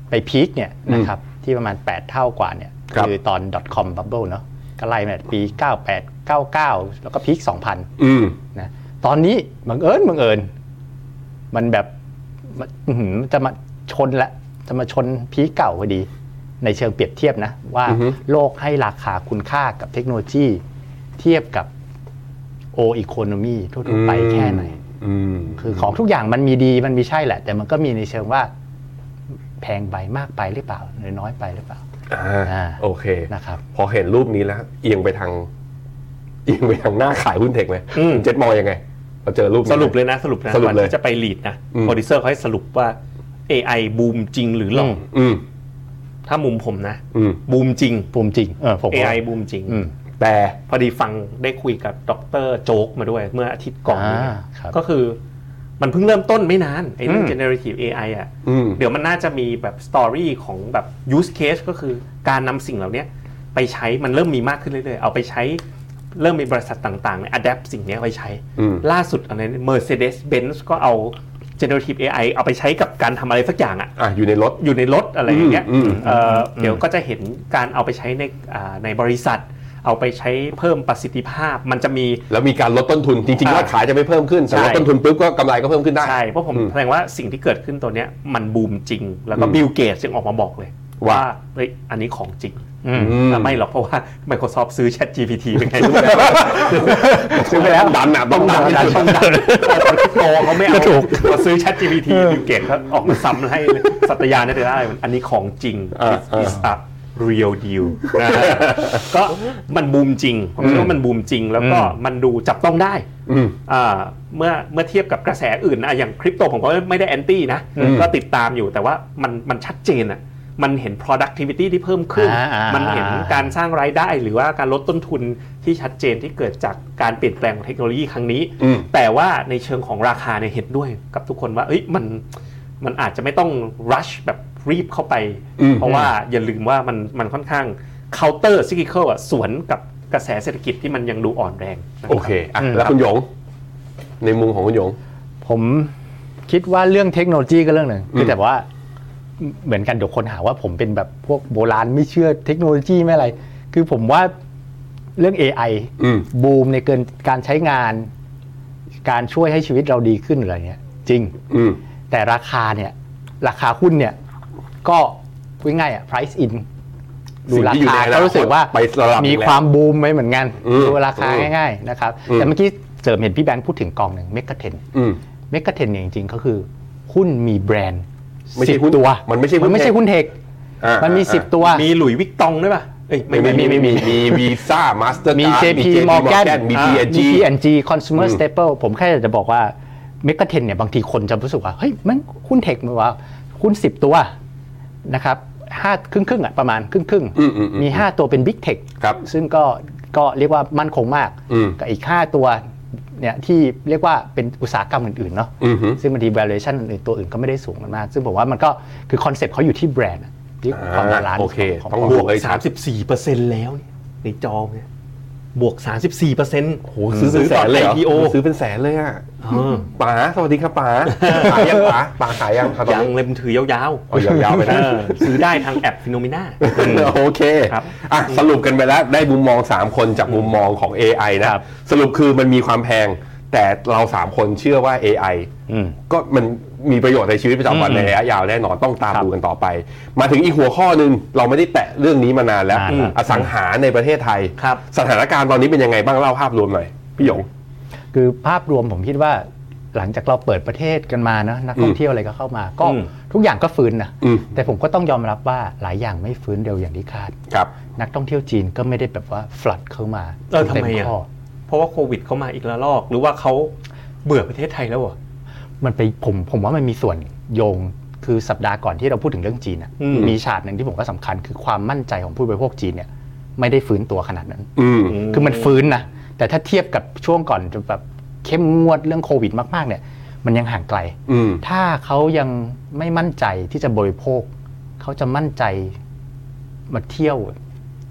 ไปพีคเนี่ยนะครับที่ประมาณแปดเท่ากว่าเนี่ยคือตอน .com bubble เนาะก็ไล่มาปีเก้าสิบแปด เก้าสิบเก้าแล้วก็พีคสองพันอืมนะตอนนี้บังเอิญบังเอิญมันแบบจะมาชนละจะมาชนพีคเก่าพอดีในเชิงเปรียบเทียบนะว่าโลกให้ราคาคุณค่ากับเทคโนโลยีเทียบกับโออีโคโนมีทั่วๆไปแค่ไหนคือของทุกอย่างมันมีดีมันมีใช่แหละแต่มันก็มีในเชิงว่าแพงไปมากไปหรือเปล่าหรือน้อยไปหรือเปล่าอ่าโอเคนะครับพอเห็นรูปนี้แล้วเอียงไปทางเอียงไปทางหน้าขายหุ้นเทคไหมเจ็ดมองยังไงพอเจอรูปสรุปเลยนะสรุปนะก่อนที่จะไปลีดนะโปรดิวเซอร์เขาให้สรุปว่า เอ ไอ บูมจริงหรือหลอกถ้ามุมผมนะบูมจริงบูมจริงเออผมเอ ไอ บูมจริงแต่พอดีฟังได้คุยกับดร.โจ๊กมาด้วยเมื่ออาทิตย์ก่อนนี้ก็คือมันเพิ่งเริ่มต้นไม่นานไอ้เรื่อง generative เอ ไอ อ่ะเดี๋ยวมันน่าจะมีแบบสตอรี่ของแบบ use case ก็คือการนำสิ่งเหล่านี้ไปใช้มันเริ่มมีมากขึ้นเรื่อยๆเอาไปใช้เริ่มมีบริษัทต่างๆ adapt สิ่งนี้ไปใช้ล่าสุดอะไร Mercedes-Benz ก็เอา generative เอ ไอ เอาไปใช้กับการทำอะไรสักอย่างอ่ะอยู่ในรถอยู่ในรถอะไรอย่างเงี้ยเดี๋ยวก็จะเห็นการเอาไปใช้ในในบริษัทเอาไปใช้เพิ่มประสิทธิภาพมันจะมีแล้วมีการลดต้นทุนจริงๆยอดขายจะไม่เพิ่มขึ้นแต่ลดต้นทุนปุ๊บก็กำไรก็เพิ่มขึ้นได้ใช่เพราะผมแสดงว่าสิ่งที่เกิดขึ้นตัวเนี้ยมันบูมจริงแล้วก็บิลเกตส์ยังออกมาบอกเลยว่าเฮ้ยอันนี้ของจริงไม่หรอกเพราะว่า Microsoft ซื้อ ChatGPT เป็นไงซื้อไปแล้วดันอ่ะต้องดันต้องดันโตเขาไม่เอามาซื้อ ChatGPT บิลเกตส์เขาออกมาซ้ำให้สัตยาได้ได้อันนี้ของจริง is a real deal นะก็มันบูมจริงผมคิดว่ามันบูมจริงแล้วก็มันดูจับต้องได้เมื่อเมื่อเทียบกับกระแสอื่นนะอย่างคริปโตผมก็ไม่ได้แอนตี้นะก็ติดตามอยู่แต่ว่ามันมันชัดเจนอ่ะมันเห็น productivity ที่เพิ่มขึ้นมันเห็นการสร้างรายได้หรือว่าการลดต้นทุนที่ชัดเจนที่เกิดจากการเปลี่ยนแปลงของเทคโนโลยีครั้งนี้แต่ว่าในเชิงของราคาเนี่ยเห็นด้วยกับทุกคนว่าเอ้ยมันมันอาจจะไม่ต้อง rush แบบรีบเข้าไปเพราะว่าอย่าลืมว่ามันมันค่อนข้าง counter cyclical อ่ะสวนกับกระแสเศรษฐกิจที่มันยังดูอ่อนแรงโอเคอ่ะแล้วคุณหยงในมุมของคุณหยงผมคิดว่าเรื่องเทคโนโลยีก็เรื่องหนึ่งคือแต่ว่าเหมือนกันเดี๋ยวคนหาว่าผมเป็นแบบพวกโบราณไม่เชื่อเทคโนโลยีไม่อะไรคือผมว่าเรื่อง เอ ไอ บูมในเกินการใช้งานการช่วยให้ชีวิตเราดีขึ้นอะไรเงี้ยจริงแต่ราคาเนี่ยราคาหุ้นเนี่ยก็พูดง่ายอ่ะ price in ดูราคาก็รู้สึกว่ามีความบูมไหมเหมือนกันดูราคาง่ายๆนะครับแต่เมื่อกี้เสริมเห็นพี่แบงค์พูดถึงกองหนึ่งเมกะเทนเมกะเทนเนี่ยจริงๆก็คือหุ้นมีแบรนด์สิบตัวมันไม่ใช่มันไม่ใช่หุ้นเทคมันมีสิบตัวมีหลุยส์วิกตองด้วยป่ะเอ้ยไม่มีไม่มีมีวีซ่ามาสเตอร์การ์ดมี เจ พี Morgan มี พี แอนด์ จี Consumer Staple ผมแค่จะบอกว่าเมกะเทนเนี่ยบางทีคนจะรู้สึกว่าเฮ้ยมันหุ้นเทคมันว่าหุ้นสิบตัวนะครับห้าครึ่งครึ่งอ่ะประมาณครึ่งครึ่งมีห้าตัวเป็น Big Tech ซึ่งก็ก็เรียกว่ามั่นคงมากกับอีกห้าตัวเนี่ยที่เรียกว่าเป็นอุตสาหกรรมอื่นๆเนาะซึ่งบางที valuation อื่นตัวอื่นก็ไม่ได้สูงมากซึ่งผมว่ามันก็คือคอนเซ็ปต์เขาอยู่ที่แบรนด์ที่ความบาลานซ์ของต้องบวกสามสิบสี่เปอร์เซ็นต์ แล้วในจอเนี่ยบวก สามสิบสี่เปอร์เซ็นต์โหซื้อเป็นแสนเลยเหรอซื้อเป็นแสนเลยอ่ะป๋าสวัสดีครับป๋าขายยังป๋าป๋าขายยังครับยังเล่มถือยาวๆอ๋อยาวๆไปนะซื้อได้ทางแอป Phenomena โอเคอ่ะสรุปกันไปแล้วได้มุมมองสามคนจากมุมมองของ เอ ไอ นะสรุปคือมันมีความแพงแต่เราสามคนเชื่อว่า เอ ไอ ก็มันมีประโยชน์ในชีวิตประจำวันในระยะยาวแน่นอนต้องตามดูกันต่อไปมาถึงอีกหัวข้อนึงเราไม่ได้แตะเรื่องนี้มานานแล้วอสังหาในประเทศไทยสถานการณ์ตอนนี้เป็นยังไงบ้างเล่าภาพรวมหน่อยพี่หยงคือภาพรวมผมคิดว่าหลังจากเราเปิดประเทศกันมานะนักท่องเที่ยวอะไรก็เข้ามาก็ทุกอย่างก็ฟื้นนะแต่ผมก็ต้องยอมรับว่าหลายอย่างไม่ฟื้นเร็วอย่างที่คาดนักท่องเที่ยวจีนก็ไม่ได้แบบว่าฟลัดเข้ามาเออทำไมอ่ะเพราะว่าโควิดเข้ามาอีกระลอกหรือว่าเขาเบื่อประเทศไทยแล้วเหรอมันไปผมผมว่ามันมีส่วนโยงคือสัปดาห์ก่อนที่เราพูดถึงเรื่องจีนอ่ะมีฉากหนึ่งที่ผมก็สำคัญคือความมั่นใจของผู้บริโภคจีนเนี่ยไม่ได้ฟื้นตัวขนาดนั้นคือมันฟื้นนะแต่ถ้าเทียบกับช่วงก่อนจะแบบเข้มงวดเรื่องโควิดมากๆเนี่ยมันยังห่างไกลถ้าเขายังไม่มั่นใจที่จะบริโภคเขาจะมั่นใจมาเที่ยว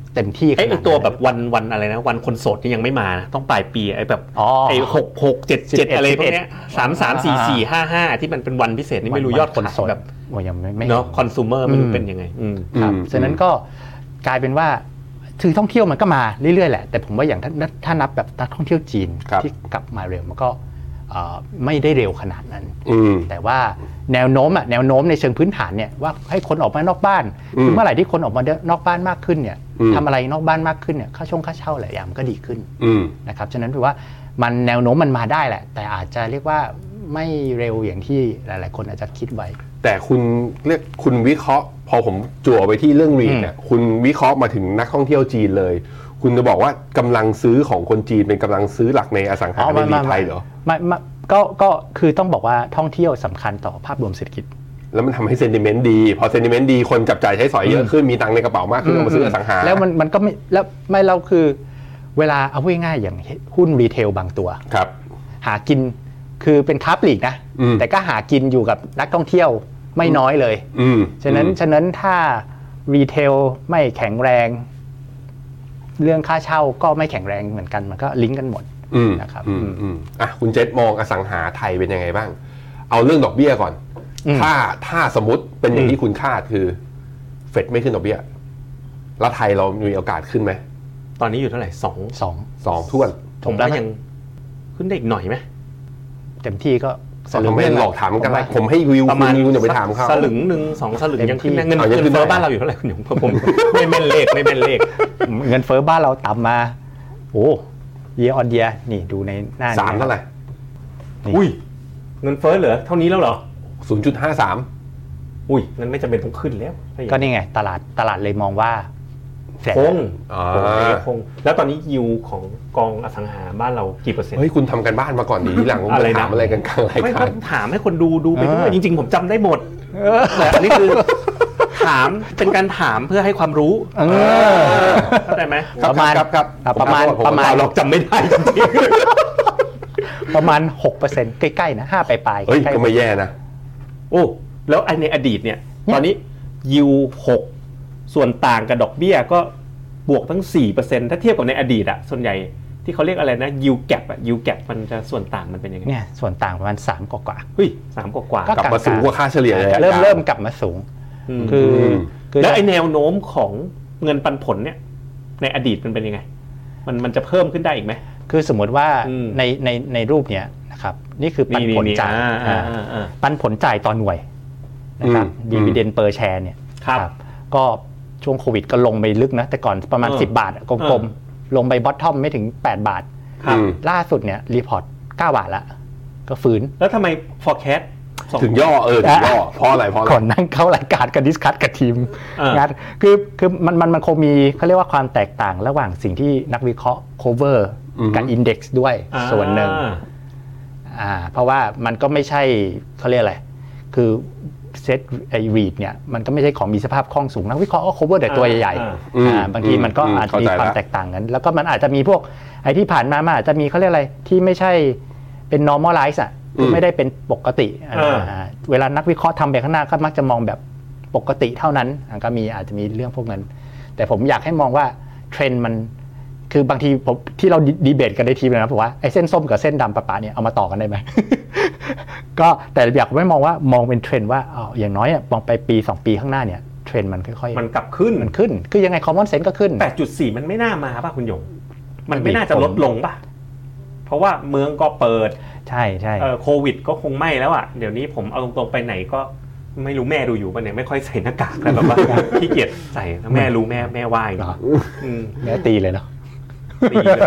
เต็มที่ขนาดไอ้ตัวแบบวันวันอะไรนะวันคนโสดนี่ยังไม่มานะต้องปลายปีไอ้แบบไอ้หกหกเจ็ดเจ็ดอะไรพวกเนี้ยสามสามสี่สี่ห้าห้าที่มันเป็นวันพิเศษนี่ไม่รู้ยอดคนโสดแบบโอ้ยังไม่เนาะคอน sumer ไม่รู้เป็นยังไงครับฉะนั้นก็กลายเป็นว่าคือท่องเที่ยวมันก็มาเรื่อยๆแหละแต่ผมว่าอย่างถ้าถ้านับแบบนักท่องเที่ยวจีนที่กลับมาเร็วมันก็ไม่ได้เร็วขนาดนั้นแต่ว่าแนวโน้มอะแนวโน้มในเชิงพื้นฐานเนี่ยว่าให้คนออกมานอกบ้านคือเมื่อไหร่ที่คนออกมานอกบ้านมากขึ้นเนี่ยทำอะไรนอกบ้านมากขึ้นเนี่ยค่าช่วงค่าเช่าหลายอย่างมันก็ดีขึ้นนะครับฉะนั้นถือว่ามันแนวโน้มมันมาได้แหละแต่อาจจะเรียกว่าไม่เร็วอย่างที่หลายๆคนอาจจะคิดไว้แต่คุณเรียกคุณวิเคราะห์พอผมจั่วไปที่เรื่องรีดเนี่ยคุณวิเคราะห์มาถึงนักท่องเที่ยวจีนเลยคุณจะบอกว่ากำลังซื้อของคนจีนเป็นกำลังซื้อหลักในอสังหาริมทรัพย์ไทยเหรอไม่ก็ก็คือต้องบอกว่าท่องเที่ยวสำคัญต่อภาพรวมเศรษฐกิจแล้วมันทำให้เซนติเมนต์ดีพอเซนติเมนต์ดีคนจับจ่ายใช้สอยเยอะขึ้นมีตังค์ในกระเป๋ามากขึ้นเอามาซื้ออสังหาแล้วมันมันก็ไม่แล้วไม่เราคือเวลาเอาพูดง่ายๆอย่างหุ้นรีเทลบางตัวครับหากินคือเป็นค้าปลีกนะแต่ก็หากินอยู่กับนักท่องเที่ยวไม่น้อยเลยฉะนั้นฉะนั้นถ้ารีเทลไม่แข็งแรงเรื่องค่าเช่าก็ไม่แข็งแรงเหมือนกันมันก็ลิงก์กันหมดนะครับอ่ะคุณเจษมองอสังหาไทยเป็นยังไงบ้างเอาเรื่องดอกเบี้ยก่อนถ้าถ้าสมมติเป็นอย่างที่คุณคาดคือเฟดไม่ขึ้นดอกเบี้ยแล้วไทยเรามีโอกาสขึ้นไหมตอนนี้อยู่เท่าไหร่สองสองสองท่วนผมว่ายังขึ้นได้อีกหน่อยไหมเต็มที่ก็สลึงไม่หลอกถามกันไปผมให้วิวประมาณวิวอย่าไปถามเขาสลึงหนึ่งสองสลึงยังขึ้นเงินเงินเฟ้อบ้านเราอยู่เท่าไหร่คุณหยงผมไม่แม่นเลขไม่แม่นเลขเงินเฟ้อบ้านเราต่ำมาโอ้เยออนเดียนี่ดูในหน้าสามเท่าไหร่อุ้ยเงินเฟ้อเหลือเท่านี้แล้วเหรอศูนย์จุดห้าสามอุ้ยงั้นไม่จำเป็นต้องขึ้นแล้วก็นี่ไงตลาดตลาดเลยมองว่าคงคงแล้วตอนนี้ยิวของกองอสังหาบ้านเรากี่เปอร์เซ็นต์เฮ้ยคุณทำกันบ้านมาก่อนดีทีหลังอะไรถามอะไรกันกลางรายการถามให้คนดูดูไปด้วยจริงๆผมจำได้หมดแต่อันนี้คือถามเป็นการถามเพื่อให้ความรู้เข้าใจไหมประมาณครับประมาณประมาณเราจำไม่ได้จริงๆประมาณ หกเปอร์เซ็นต์ ใกล้ๆนะห้าปลายๆเฮ้ยก็ไม่แย่นะโอ้แล้วในอดีตเนี่ยตอนนี้ยิวหกส่วนต่างกับดอกเบี้ยก็บวกทั้ง สี่เปอร์เซ็นต์ ถ้าเทียบกับในอดีตอะส่วนใหญ่ที่เขาเรียกอะไรนะ yield gap อะ yield gap มันจะส่วนต่างมันเป็นยังไงเนี่ยส่วนต่างประมาณสามกว่าๆเฮ้ยสามกว่าๆกลับมาสูงกว่าค่าเฉลี่ยเลยเริ่มเริ่มกลับมาสูงคือแล้วไอ้แนวโน้มของเงินปันผลเนี่ยในอดีตมันเป็นยังไงมันมันจะเพิ่มขึ้นได้อีกไหมคือสมมติว่าในในในรูปเนี้ยนะครับนี่คือปันผลจ่ายปันผลจ่ายต่อหน่วยนะครับ dividend per share เนี่ยก็ช่วงโควิดก็ลงไปลึกนะแต่ก่อนประมาณสิบบาทกลมๆลงไปบอททอมไม่ถึงแปดบาทล่าสุดเนี่ยรีพอร์ตเก้าบาทละก็ฟื้นแล้วทำไม forecast ถึงย่อเออถึงย่อเพราะอะไรเพราะอะไรก่อนนั่งเข้ารายการกันดิสคัสกับทีมงานคือคือมันมันมันคงมีเขาเรียกว่าความแตกต่างระหว่างสิ่งที่นักวิเคราะห์ cover กับ index ด้วยส่วนหนึ่งอ่าเพราะว่ามันก็ไม่ใช่เขาเรียกอะไรคือเซตไอรีดเนี่ยมันก็ไม่ใช่ของมีสภาพคล่องสูงนักวิเคราะห์ก็ cover แต่ตัวใหญ่ๆบางทีมันก็อาจจะมีความแตกต่างกันแล้วก็มันอาจจะมีพวกไอที่ผ่านมามันอาจจะมีเขาเรียกอะไรที่ไม่ใช่เป็น normalize อ่ะไม่ได้เป็นปกติเวลานักวิเคราะห์ทำไปข้างหน้าก็มักจะมองแบบปกติเท่านั้นก็มีอาจจะมีเรื่องพวกนั้นแต่ผมอยากให้มองว่าเทรนด์มันคือบางทีผมที่เราดีเบตกันในทีมเลยนะผมว่าไอ้เส้นส้มกับเส้นดำปะปะเนี่ยเอามาต่อกันได้ไหม ก็แต่อยากไม่มองว่ามองเป็นเทรนด์ว่าอ๋ออย่างน้อยมองไปปีสองปีข้างหน้าเนี่ยเทรนด์มันค่อยๆมันกลับขึ้นมันขึ้นคือยังไง common sense ก็ขึ้นแปดจุดสี่ มันไม่น่ามาป่ะคุณหยงมันไม่น่าจะลดลงป่ะเพราะว่าเมืองก็เปิดใช่ใช่โควิดก็คงไม่แล้วอ่ะเดี๋ยวนี้ผมเอาตรงๆไปไหนก็ไม่รู้แม่ดูอยู่ป่ะเนี่ยไม่ค่อยใส่หน้ากากแล้วแบบว่าขี้เกียจใส่แม่รู้แม่แม่ว่าอีกแม่ตีเลยเนาะตีเลย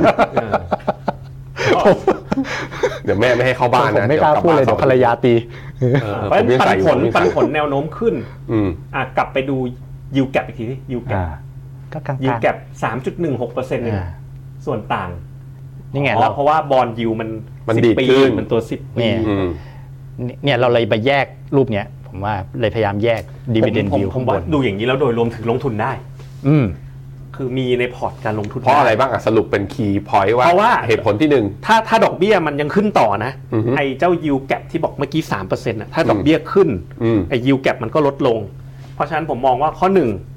เดี๋ยวแม่ไม่ให้เข้าบ้านนะไม่กล้าพูดเลยเดี๋ยวภรรยาตีปันผลปันผลแนวโน้มขึ้นอ่ะกลับไปดูยิวแกปอีกทีที่ยิวแกปก็กลางยิวแกป สามจุดหนึ่งหกเปอร์เซ็นต์ เนี่ยส่วนต่างนี่ไงเพราะว่าบอนด์ยิวมันสิบปีมันตัวสิบปีเนี่ยเราเลยไปแยกรูปเนี้ยผมว่าเลยพยายามแยก dividend yield ข้างบนดูอย่างนี้แล้วโดยรวมถึงลงทุนได้อืมคือมีในพอร์ตการลงทุนเพราะอะไรบ้างอ่ะสรุปเป็นคีย์พอยต์ว่าเพราะว่าเหตุผลที่หนึ่งถ้าถ้าดอกเบี้ยมันยังขึ้นต่อนะไอ้เจ้า yield gap ที่บอกเมื่อกี้ สามเปอร์เซ็นต์ น่ะถ้าดอกเบี้ยขึ้นไอ้ yield gap มันก็ลดลงเพราะฉะนั้นผมมองว่าข้อหนึ่ง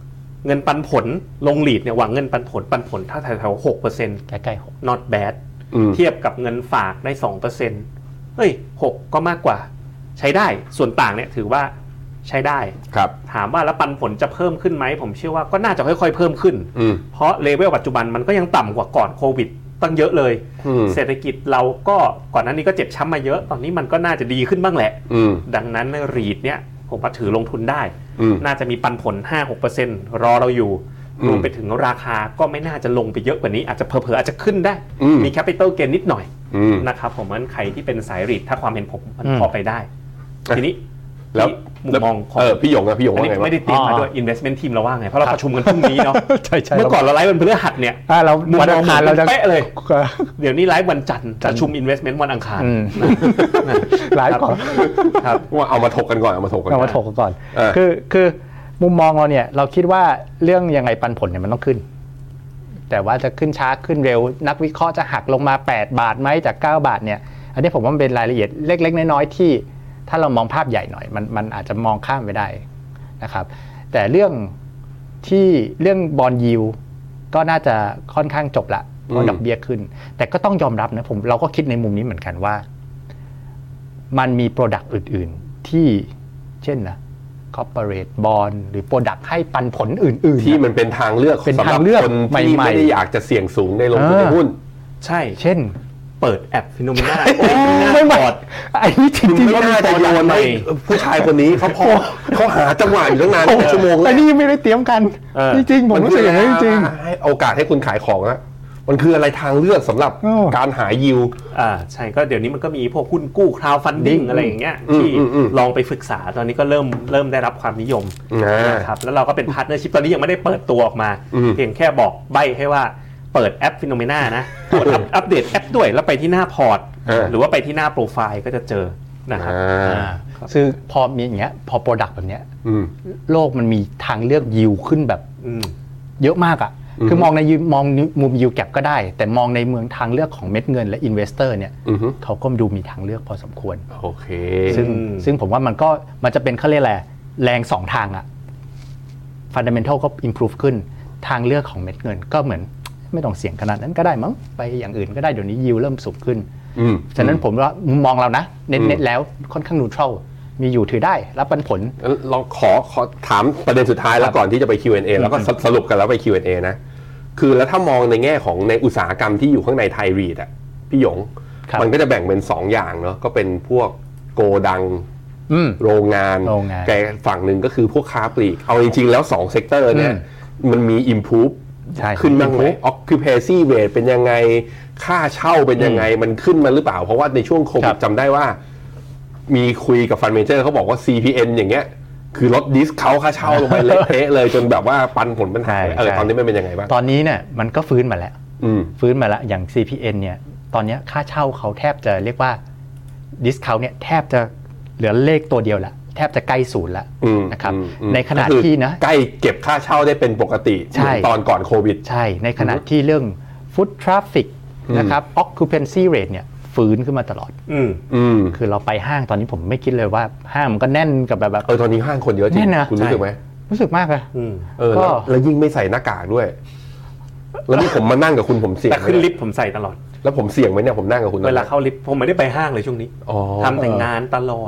เงินปันผลลงหลีดเนี่ยหวังเงินปันผลปันผลถ้าแถวๆหกเปอร์เซ็นต์ใกล้ๆหก not bad เทียบกับเงินฝากได้ สองเปอร์เซ็นต์ เฮ้ยหกก็มากกว่าใช้ได้ส่วนต่างเนี่ยถือว่าใช้ได้ครับถามว่าแล้วปันผลจะเพิ่มขึ้นไหมผมเชื่อว่าก็น่าจะค่อยๆเพิ่มขึ้นเพราะเลเวลปัจจุบันมันก็ยังต่ำกว่าก่อนโควิดตั้งเยอะเลยเศรษฐกิจเราก็ก่อนหน้านี้ก็เจ็บช้ำมาเยอะตอนนี้มันก็น่าจะดีขึ้นบ้างแหละดังนั้นรีทเนี่ยผมว่าถือลงทุนได้น่าจะมีปันผล ห้าถึงหกเปอร์เซ็นต์ รอเราอยู่รวมไปถึงราคาก็ไม่น่าจะลงไปเยอะกว่านี้อาจจะเผลอๆอาจจะขึ้นได้มีแคปิตอลเกนนิดหน่อยนะครับผมว่าใครที่เป็นสายรีทถ้าความเห็นผมมันพอไปได้ทีนี้แล้วมุมมองของพี่หยงอะพี่หยงว่าไงไม่ได้เตรียมมาด้วย investment team เราว่าไงเพราะเราประชุมกันพรุ่งนี้เนาะเมื่อก่อนเราไลฟ์วันพฤหัสเนี่ยเราวันอังคารเราจะเป๊ะเลยเดี๋ยวนี้ไลฟ์วันจันทร์ประชุม investment วันอังคารไลฟ์ก่อนครับว่าเอามาถกกันก่อนเอามาถกกันเอามาถกกันก่อนคือคือมุมมองเราเนี่ยเราคิดว่าเรื่องยังไงปันผลเนี่ยมันต้องขึ้นแต่ว่าจะขึ้นช้าขึ้นเร็วนักวิเคราะห์จะหักลงมาแปดบาทไหมจากเก้าบาทเนี่ยอันนี้ผมว่ามันเป็นรายละเอียดเล็กๆน้อยๆที่ถ้าเรามองภาพใหญ่หน่อยมันมันอาจจะมองข้ามไปได้นะครับแต่เรื่องที่เรื่องบอนด์ยิลด์ก็น่าจะค่อนข้างจบละเพราะดอกเบี้ยขึ้นแต่ก็ต้องยอมรับนะผมเราก็คิดในมุมนี้เหมือนกันว่ามันมีโปรดักต์อื่นๆที่เช่นนะcorporate bond หรือ product ให้ปันผลอื่นๆที่มันเป็นทางเลือกสำหรับคนที่ไม่ได้อยากจะเสี่ยงสูงในลงทุนในหุ้นใช่เช่นเปิดแอปฟิโนเมนาไม่หมดไอ้นี่จริงๆไม่น่าจะโยนให้ผู้ชายคนนี้เขาพอเขาหาจังหวะอยู่ตั้งนานชั่วโมงอันนี้ไม่ได้เตรียมกันจริงๆผมรู้สึกอย่างนี้จริงๆให้โอกาสให้คุณขายของนะมันคืออะไรทางเลือกสำหรับการหายิวอ่าใช่ก็เดี๋ยวนี้มันก็มีพวกหุ้นกู้ crowdfunding อะไรอย่างเงี้ยที่ลองไปศึกษาตอนนี้ก็เริ่มเริ่มได้รับความนิยมนะครับแล้วเราก็เป็นพาร์ทเนอร์ชิพตอนนี้ยังไม่ได้เปิดตัวออกมาเพียงแค่บอกใบให้ว่าเปิดแอปฟิโนเมนานะกดอัปเดตแอปด้วยแล้วไปที่หน้าพอร์ตหรือว่าไปที่หน้าโปรไฟล์ก็จะเจอนะครับคือพอมีอย่างเงี้ยพอโปรดักต์แบบเนี้ยโลกมันมีทางเลือกยิวขึ้นแบบเยอะมากอ่ะคือมองในมองมุมยิวแก็บก็ได้แต่มองในเมืองทางเลือกของเม็ดเงินและอินเวสเตอร์เนี่ยเขาก็ดูมีทางเลือกพอสมควรโอเคซึ่งซึ่งผมว่ามันก็มันจะเป็นเขาเรียกอะไรแรงสองทางอ่ะฟันดัมเมนทัลก็ improve ขึ้นทางเลือกของเม็ดเงินก็เหมือนไม่ต้องเสี่ยงขนาดนั้นก็ได้มั้งไปอย่างอื่นก็ได้เดี๋ยวนี้ยิวเริ่มสูงขึ้นฉะนั้นผมว่ามุมมองเรานะเน็ตๆแล้วค่อนข้างนูทรัลมีอยู่ถือได้รับปันผลเราขอขอถามประเด็นสุดท้ายแล้วก่อนที่จะไป คิว แอนด์ เอ แล้วก็สรุปกันแล้วไป คิว แอนด์ เอ นะคือแล้วถ้ามองในแง่ของในอุตสาหกรรมที่อยู่ข้างในไทยรีดอ่ะพี่หยงมันก็จะแบ่งเป็นสองอย่างเนาะก็เป็นพวกโกดังโรงงานแกฝั่งหนึ่งก็คือพวกค้าปลีกเอาจริงๆแล้วสองเซกเตอร์เนี่ยมันมี improve ขึ้นบ้างไหม occupancy rate เป็นยังไงค่าเช่าเป็นยังไงมันขึ้นมาหรือเปล่าเพราะว่าในช่วงโควิดจำได้ว่ามีคุยกับฟันเมเจอร์เขาบอกว่า ซี พี เอ็น อย่างเงี้ยคือลดดิสเขาค่าเช่าลงไปเละเทะเลยจนแบบว่าปันผลมันหายเออตอนนี้มันเป็นยังไงบ้างตอนนี้เนี่ยมันก็ฟื้นมาแล้วฟื้นมาแล้วอย่าง ซี พี เอ็น เนี่ยตอนนี้ค่าเช่าเขาแทบจะเรียกว่าดิสเขาเนี่ยแทบจะเหลือเลขตัวเดียวละแทบจะใกล้ศูนย์แล้วนะครับในขณะที่นะใกล้เก็บค่าเช่าได้เป็นปกติตอนก่อนโควิดใช่ในขณะที่เรื่อง foot traffic นะครับ occupancy rate เนี่ยฟื้นขึ้นมาตลอดคือเราไปห้างตอนนี้ผมไม่คิดเลยว่าห้างมันก็แน่นกับแบบเออตอนนี้ห้างคนเยอะจริงคุณรู้สึกไหมรู้สึกมากเลยเออแล้วยิ่งไม่ใส่หน้ากากด้วยแล้วนี่ผมมานั่งกับคุณผมเสี่ยงแต่ขึ้นลิฟต์ผมใส่ตลอดแล้วผมเสี่ยงไหมเนี่ยผมนั่งกับคุณเวลาเข้าลิฟต์ผมไม่ได้ไปห้างเลยช่วงนี้ทำแต่งานตลอด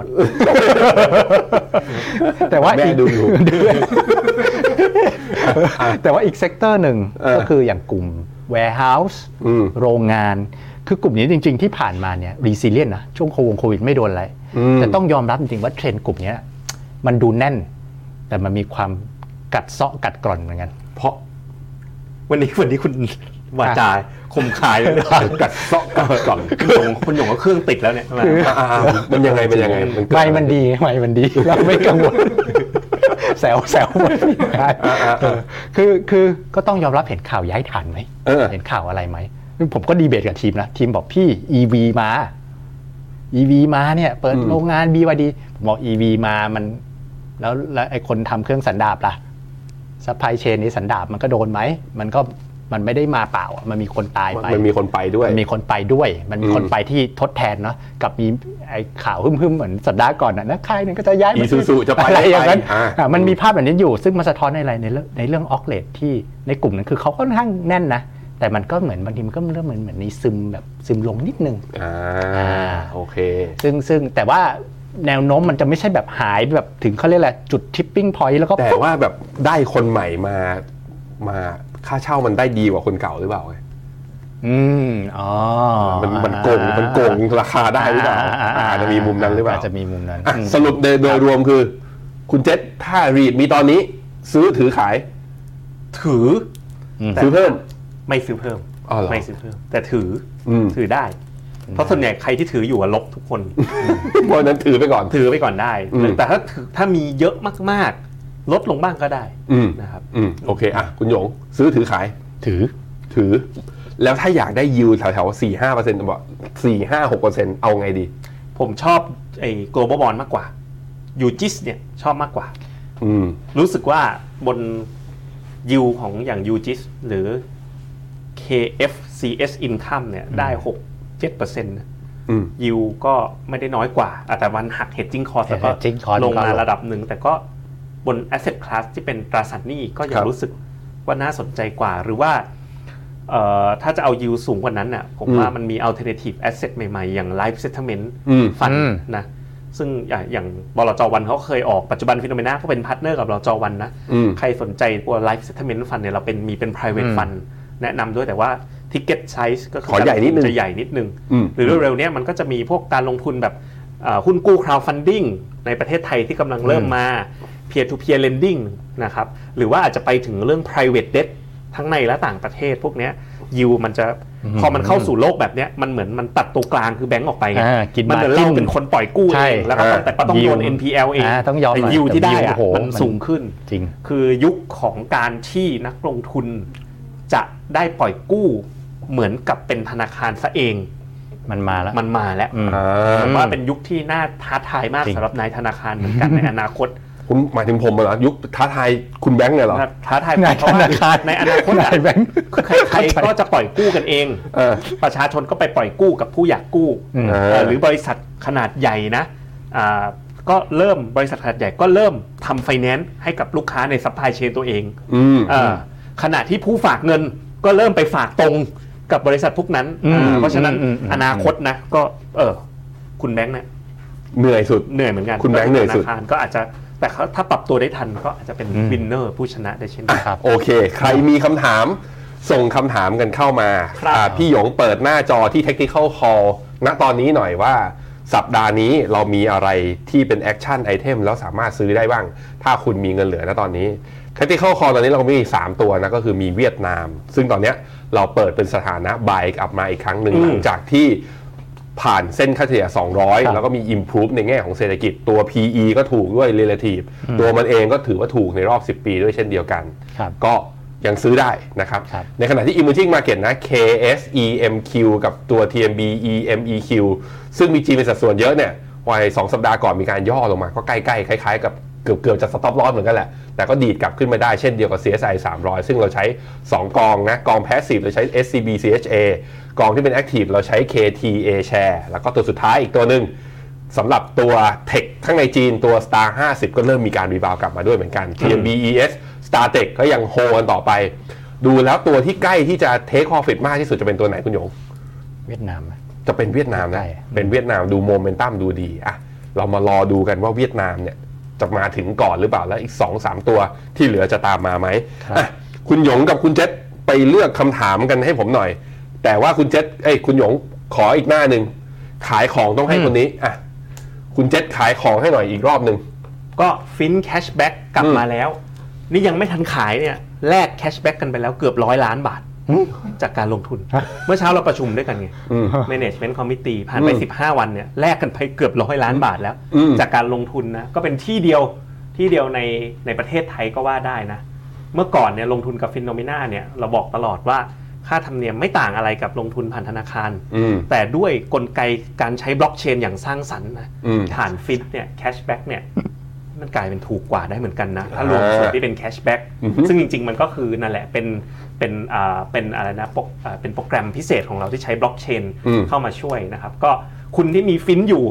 แต่ว่าอีกดูอยู่แต่ว่าอีกเซกเตอร์หนึ่งก็คืออย่างกลุ่ม warehouse โรงงานคือกลุ่มนี้จริงๆที่ผ่านมาเนี่ย resilient นะช่วงโควิดไม่โดนอะไรแต่ต้องยอมรับจริงๆว่าเทรนด์กลุ่มนี้มันดูแน่นแต่มันมีความกัดเซาะกัดกร่อนเหมือนกันเพราะวันนี้วันนี้คุณวาจาคมคายเลยกัดเซาะกัดกร่อนคุณหยงก็เครื่องติดแล้วเนี่ยมันยังไงเป็นยังไงไม่มันดีไม่มันดีเราไม่กังวลแซวแซวไม่ได้คือคือก็ต้องยอมรับเห็นข่าวย้ายฐานไหมเห็นข่าวอะไรไหมผมก็ดีเบตกับทีมนะทีมบอกพี่ อี วี มา อี วี มาเนี่ยเปิดโรงงาน บี วาย ดี ผมบอก อี วี มามันแล้วแล้วไอ้คนทำเครื่องสันดาปล่ะซัพพลายเชนนี้สันดาปมันก็โดนไหมมันก็มันไม่ได้มาเปล่ามันมีคนตายไปมันมีคนไปด้วยมันมีคนไปด้วยมันมีคนไปที่ทดแทนเนาะกับมีไอ้ข่าวหึ่มๆเหมือนสัปดาห์ก่อนน่ะนะค่ายนึงก็จะย้ายอีซูซูจะไปอะไรอย่างนั้นอ่าอ่ะมันมีภาพแบบนี้อยู่ซึ่งมันสะท้อนในอะไรในเรื่องในเรื่องออกเลทที่ในกลุ่มนั้นคือเขาค่อนข้างแน่นนะแต่มันก็เหมือนบางทีมันก็เริ่มเหมือนเหมือนในซึมแบบซึมลงนิดนึงอ่าโอเคซึ่งซึ่งแต่ว่าแนวโน้มมันจะไม่ใช่แบบหายแบบถึงเขาเรียกอะไรจุดทิปปิ้งพอยต์แล้วก็แต่ว่าแบบได้คนใหม่มามาค่าเช่ามันได้ดีกว่าคนเก่าหรือเปล่าอืมอ๋อมันมันโกงมันโกงราคาได้หรือเปล่าอาจจะมีมุมนั้นหรือเปล่าอาจจะมีมุมนั้นอ่ะสรุปโดยโดยรวมคือ คุณเจษถ้ารีดมีตอนนี้ซื้อถือขายถือ แต่ซื้อเพิ่มไม่ซื้อเพิ่มอ๋อเหรอไม่ซื้อเพิ่ม แต่ถืออมถือได้ เพราะส่วนใหญ่ใครที่ถืออยู่อะลบทุกคนเพราะฉะนั้นถือไปก่อนถือไปก่อนได้อืมแต่ถ้าถือถ้ามีเยอะมากๆ ลดลงบ้างก็ได้อืมนะครับอืมโอเคอ่ะคุณหยงซื้อถือขายถือถือ แล้วถ้าอยากได้ยิวแถวๆสี่ห้าเปอร์เซ็นต์บอกสี่ห้าหกเปอร์เซ็นต์เอาไงดีผมชอบไอ้ global bond มากกว่า ยูจิสเนี่ยชอบมากกว่าอืมรู้สึกว่าบนยิวของอย่าง ยู จี ไอ เอส หรือ เค เอฟ ซี เอส Income เนี่ยได้ หกถึงเจ็ดเปอร์เซ็นต์ นะอืมยิวก็ไม่ได้น้อยกว่าอ่ะแต่มันหัก hedging cost แล้วก็ hedging cost ลงมาก็ลงระดับหนึ่ง แต่ก็บน asset class ที่เป็นตราสารหนี้ก็ยัครังบรู้สึกว่าน่าสนใจกว่า หรือว่าเอ่อถ้าจะเอายิวสูงกว่านั้นน่ะผมว่ามันมี alternative asset ใหม่ๆ อย่าง life settlement อืม fund อืมนะซึ่งอย่างอย่างบลจวันเขาเคยออกปัจจุบันฟิโนเมนาก็เป็นพาร์ทเนอร์กับบลจวันนะอืมใครสนใจตัว life settlement fund เนี่ยเราเป็นมีเป็น private อืม fund แนะนำด้วยแต่ว่า ticket size ก็คืขอใหญ่นิดนึงจะใหญ่นิดนึงอืมหรือเร็วๆเนี้ยมันก็จะมีพวกการลงทุนแบบเอ่อหุ้นกู้ crowdfunding ในประเทศไทยที่กำลังเริ่มมา peer to peer lending นะครับหรือว่าอาจจะไปถึงเรื่อง private debt ทั้งในและต่างประเทศพวกเนี้ยยิวมันจะพอมันเข้าสู่โลกแบบเนี้ยมันเหมือนมันตัดตัวกลางคือแบงก์ออกไปไงอ่ากินมันเหมือน margin เราเป็นคนปล่อยกู้ใช่เองแล้วก็ต้องอ่าแต่ก็ต้องโดน yield เอ็น พี แอล เองอ่าต้องยอมแต่หน่อยยิวที่ได้แต่ yield อะโอ้โหมันมันสูงขึ้นจริงคือยุคของการที่นักลงทุนจะได้ปล่อยกู้เหมือนกับเป็นธนาคารซะเองมันมาแล้วมันมาแล้วอืมอ่าผมว่าเป็นยุคที่น่าท้าทายมากจริงสำหรับนายธนาคารเหมือนกัน ในอนาคตคุณหมายถึงผมเหรอยุคท้าทายคุณแบงค์เนี่ยเหรอท้าทายนายเพราะธว่านาคารในอนาคตอะนายแบงค์ใครๆก็จะปล่อยกู้กันเองเออประชาชนก็ไปปล่อยกู้กับผู้อยากกู้อืมเอ่อหรือบริษัทขนาดใหญ่นะอ่าก็เริ่มบริษัทขนาดใหญ่ก็เริ่มทำไฟแนนซ์ให้กับลูกค้าในซัพพลายเชนตัวเองอืมเอ่อขณะที่ผู้ฝากเงินก็เริ่มไปฝากตรงกับบริษัทพวกนั้นอืมอ่าเพราะฉะนั้นอืมอืมอนาคตนะก็เออคุณแบงค์เนี่ยเหนื่อยสุดเหนื่อยเหมือนกันคุณแบงค์เหนื่อยสุดธนาคารก็อาจจะแต่เขาถ้าปรับตัวได้ทันก็อาจจะเป็นอืมวินเนอร์ผู้ชนะได้เช่นเดียวกันครับโอเค ใครมีคำถามส่งคำถามกันเข้ามาครับอ่าพี่หยงเปิดหน้าจอที่ Technical Call ณตอนนี้หน่อยว่า สัปดาห์นี้เรามีอะไรที่เป็นแอคชั่นไอเทมแล้วสามารถซื้อได้บ้าง ถ้าคุณมีเงินเหลือณตอนนี้ Technical Call ตอนนี้เรามีสามตัวนะก็คือมีเวียดนาม ซึ่งตอนเนี้ยเราเปิดเป็นสถานะ buy กลับมาอีกครั้งหนึ่งอืมหลังจากที่ผ่านเส้นค่าเฉลี่ยสองร้อยครับแล้วก็มี improve ในแง่ของเศรษฐกิจตัว พี อี ก็ถูกด้วย relative ตัวมันเองก็ถือว่าถูกในรอบสิบปีด้วยเช่นเดียวกันครับก็ยังซื้อได้นะครับครับในขณะที่ emerging market นะ เค เอส อี เอ็ม คิว กับตัว ที เอ็ม บี อี เอ็ม อี คิว ซึ่งมีจีนเป็นสัดส่วนเยอะเนี่ยวัยสองสัปดาห์ก่อนมีการย่อลงมาก็ใกล้ๆ คล้ายๆ กับเกือบเกือบจะ stop loss เหมือนกันแหละ แต่ก็ดีดกลับขึ้นมาได้เช่นเดียวกับ ซี เอส ไอ สามร้อย ซึ่งเราใช้ สอง กองนะ กอง passive เราใช้ เอส ซี บี ซี เอช เอ กองที่เป็น active เราใช้ เค ที เอ Share แล้วก็ตัวสุดท้ายอีกตัวหนึ่งสำหรับตัว Tech ข้างในจีนตัว Star ห้าสิบ ก็เริ่มมีการรีบาวกลับมาด้วยเหมือนกัน ที เอ็ม บี อี เอส Star Tech ก็ยังโฮกันต่อไป ดูแล้วตัวที่ใกล้ที่จะ take profit มากที่สุดจะเป็นตัวไหนคุณหยงเวียดนามไหมจะเป็นเวียดนามนะใช่เป็นเวียดนามดูโมเมนตัมดูดีอะเรามารอดูกันว่าเวียดนามเนี่ยจะมาถึงก่อนหรือเปล่าแล้วอีก สองสาม ตัวที่เหลือจะตามมาไหมอ่ะคุณหยงกับคุณเจษไปเลือกคำถามกันให้ผมหน่อย แต่ว่าคุณเจษเอ้ยคุณหยงขออีกหน้าหนึ่งขายของต้องให้คนนี้อ่ะคุณเจษขายของให้หน่อยอีกรอบหนึ่งก็ฟินแคชแบ็กกลับอืมมาแล้ว นี่ยังไม่ทันขายเนี่ยแลกแคชแบ็กกันไปแล้วเกือบร้อยล้านบาท จากการลงทุน เมื่อเช้าเราประชุมด้วยกันไงอืม Management Committee ผ่านไปอืมสิบห้า วันเนี่ยแลกกันไปเกือบร้อยล้านบาทแล้วอืมจากการลงทุนนะก็เป็นที่เดียวที่เดียวในในประเทศไทยก็ว่าได้นะ เมื่อก่อนเนี่ยลงทุนกับฟิโนเมนาเนี่ยเราบอกตลอดว่าค่าธรรมเนียมไม่ต่างอะไรกับลงทุนผ่านธนาคารอืมแต่ด้วยกลไกการใช้บล็อกเชนอย่างสร้างสรรค์นะอืมผ่านฟิตเนี่ยแคชแบ็กเนี่ยมันกลายเป็นถูกกว่าได้เหมือนกันนะ ถ้ารวมส่วนที่เป็นแคชแบ็กอือฮึซึ่งจริงๆ มันก็คือนั่นแหละเป็นเป็นอ่าเป็นอะไรนะโปรอ่าเป็นโปรแกรมพิเศษของเราที่ใช้บล็อกเชนอืมเข้ามาช่วยนะครับ ก็คุณที่มีฟินอยู่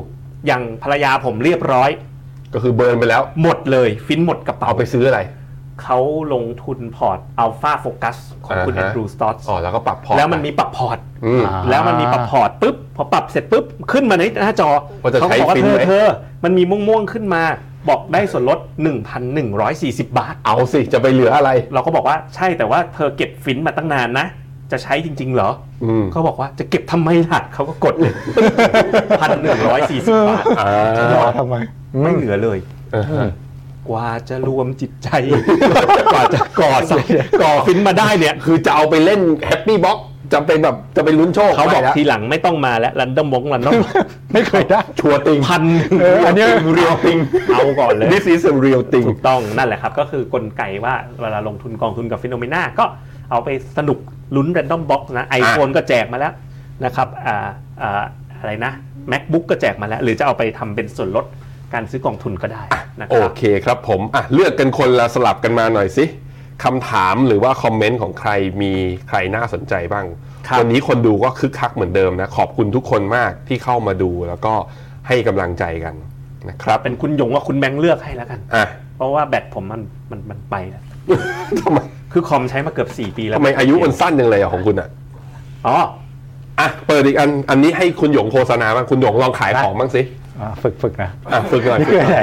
อย่างภรรยาผมเรียบร้อยก็คือเบิร์นไปแล้วหมดเลยฟินหมดกระเป๋าเอาไปซื้ออะไรเขาลงทุนพอร์ต Alpha Focus ของคุณ Andrew Stotz อ๋อแล้วก็ปรับพอร์ตแล้วมันมีปรับพอร์ตแล้วมันมีปรับพอร์ตปุ๊บพอปรับเสร็จปุ๊บขึ้นมาในหน้าจอเขาบอกว่าเธอเธอมันมีม่วงๆขึ้นมาบอกได้ส่วนลด หนึ่งพันหนึ่งร้อยสี่สิบ บาทเอาสิจะไปเหลืออะไรเราก็บอกว่าใช่แต่ว่าเธอเก็บฟินมาตั้งนานนะจะใช้จริงๆเหรอเขาบอกว่าจะเก็บทำไมล่ะเขาก็กดเลย หนึ่งพันหนึ่งร้อยสี่สิบ บาทจะรอทำไมไม่เหลือเลยกว่าจะรวมจิตใจกว่าจะก่อก่อฟินมาได้เนี่ยคือจะเอาไปเล่นแฮปปี้บ็อกจะเป็นแบบจะไปลุ้นโชคเขาบอกทีหลังไม่ต้องมาแล้วรันดอมบ็อกรันดอมไม่เคยได้ชัวร์ติงพันอันนี้เรียลติงเอาก่อนเลย This is a real thing ถูกต้องนั่นแหละครับก็คือกลไกว่าเวลาลงทุนกองทุนกับฟิโนเมนาก็เอาไปสนุกลุ้นรันดอมบ็อกนะ iPhone ก็แจกมาแล้วนะครับอ่าอ่าอะไรนะ MacBook ก็แจกมาแล้วหรือจะเอาไปทำเป็นส่วนลดการซื้อกองทุนก็ได้นะครับโอเคครับผมอ่ะเลือกกันคนละสลับกันมาหน่อยสิคำถามหรือว่าคอมเมนต์ของใครมีใครน่าสนใจบ้างวันนี้คนดูก็คึกคักเหมือนเดิมนะขอบคุณทุกคนมากที่เข้ามาดูแล้วก็ให้กำลังใจกันนะครับเป็นคุณหยงว่าคุณแบงค์เลือกให้แล้วกันอ่ะเพราะว่าแบตผมมันมันมันไปแล้วทำไมคือคอมใช้มาเกือบสี่ปีแล้วทำไมอายุมันสั้นจังเลยอ่ะของคุณอ่ะอ๋ออ่ะเปิดอีกอันอันนี้ให้คุณหยงโฆษณาบ้างคุณหยงลองขายของบ้างสิฝึกฝึกนะฝึกหน่อยนี่คืออะไร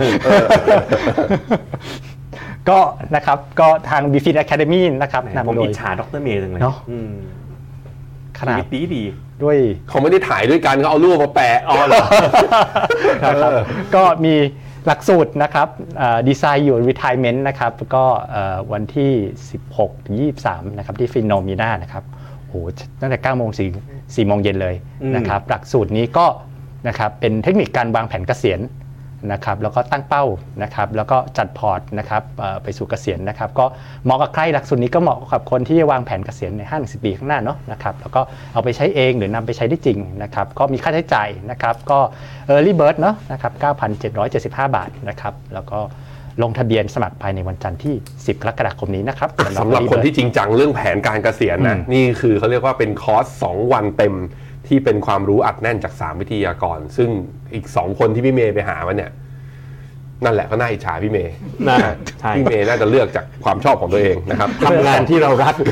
ก็นะครับก็ทาง บี ฟิน Academy นะครับนำโดยผมอิจฉาดร.เมย์จังเลยเนาะขนาดดีดีด้วยเขาไม่ได้ถ่ายด้วยกันเขาเอารูปมาแปะอ๋อเหรอก็มีหลักสูตรนะครับดีไซน์อยู่ retirement นะครับก็วันที่สิบหกถึงยี่สิบสามนะครับที่ฟินโนมีนานะครับโอ้ตั้งแต่เก้าโมงถึงสี่โมงเย็นเลยนะครับหลักสูตรนี้ก็นะครับเป็นเทคนิคการวางแผนเกษียณนะครับแล้วก็ตั้งเป้านะครับแล้วก็จัดพอร์ตนะครับไปสู่เกษียณนะครับก็เหมาะกับใครหลักสูตรนี้ก็เหมาะกับคนที่วางแผนเกษียณใน ห้าถึงสิบ ปีข้างหน้าเนาะนะครับแล้วก็เอาไปใช้เองหรือนำไปใช้ได้จริงนะครับก็มีค่าใช้จ่ายนะครับก็ early bird เนาะนะครับ เก้าพันเจ็ดร้อยเจ็ดสิบห้า บาทนะครับแล้วก็ลงทะเบียนสมัครภายในวันจันทร์ที่สิบกรกฎาคมนี้นะครับสำหรับคนที่จริงจังเรื่องแผนการเกษียณนะนี่คือเขาเรียกว่าเป็นคอร์สสองวันเต็มที่เป็นความรู้อัดแน่นจากสามวิทยากรซึ่งอีกสองคนที่พี่เมย์ไปหามาเนี่ยนั่นแหละก็น่าอิจฉาพี่เมย์นะพี่เมย์น่าจะเลือกจากความชอบของตัวเองนะครับทำงานที่เรารัก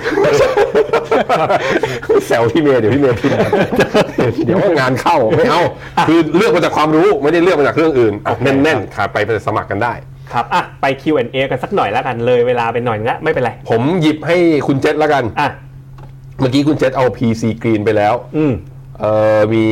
แซวพี่เมย์เดี๋ยวพี่เมย์พิมพ์เดี๋ยวงานเข้าไม่เอาคือเลือกมาจากความรู้ไม่ได้เลือกมาจากเรื่องอื่นแน่นๆค่ะไปสมัครกันได้ครับอ่ะไป คิว แอนด์ เอ กันสักหน่อยแล้วกันเลยเวลาไปหน่อยละไม่เป็นไรผมหยิบให้คุณเจษแล้วกันอ่ะเมื่อกี้คุณเจษเอา พี ซี Green ไปแล้วอืมเอ่อมี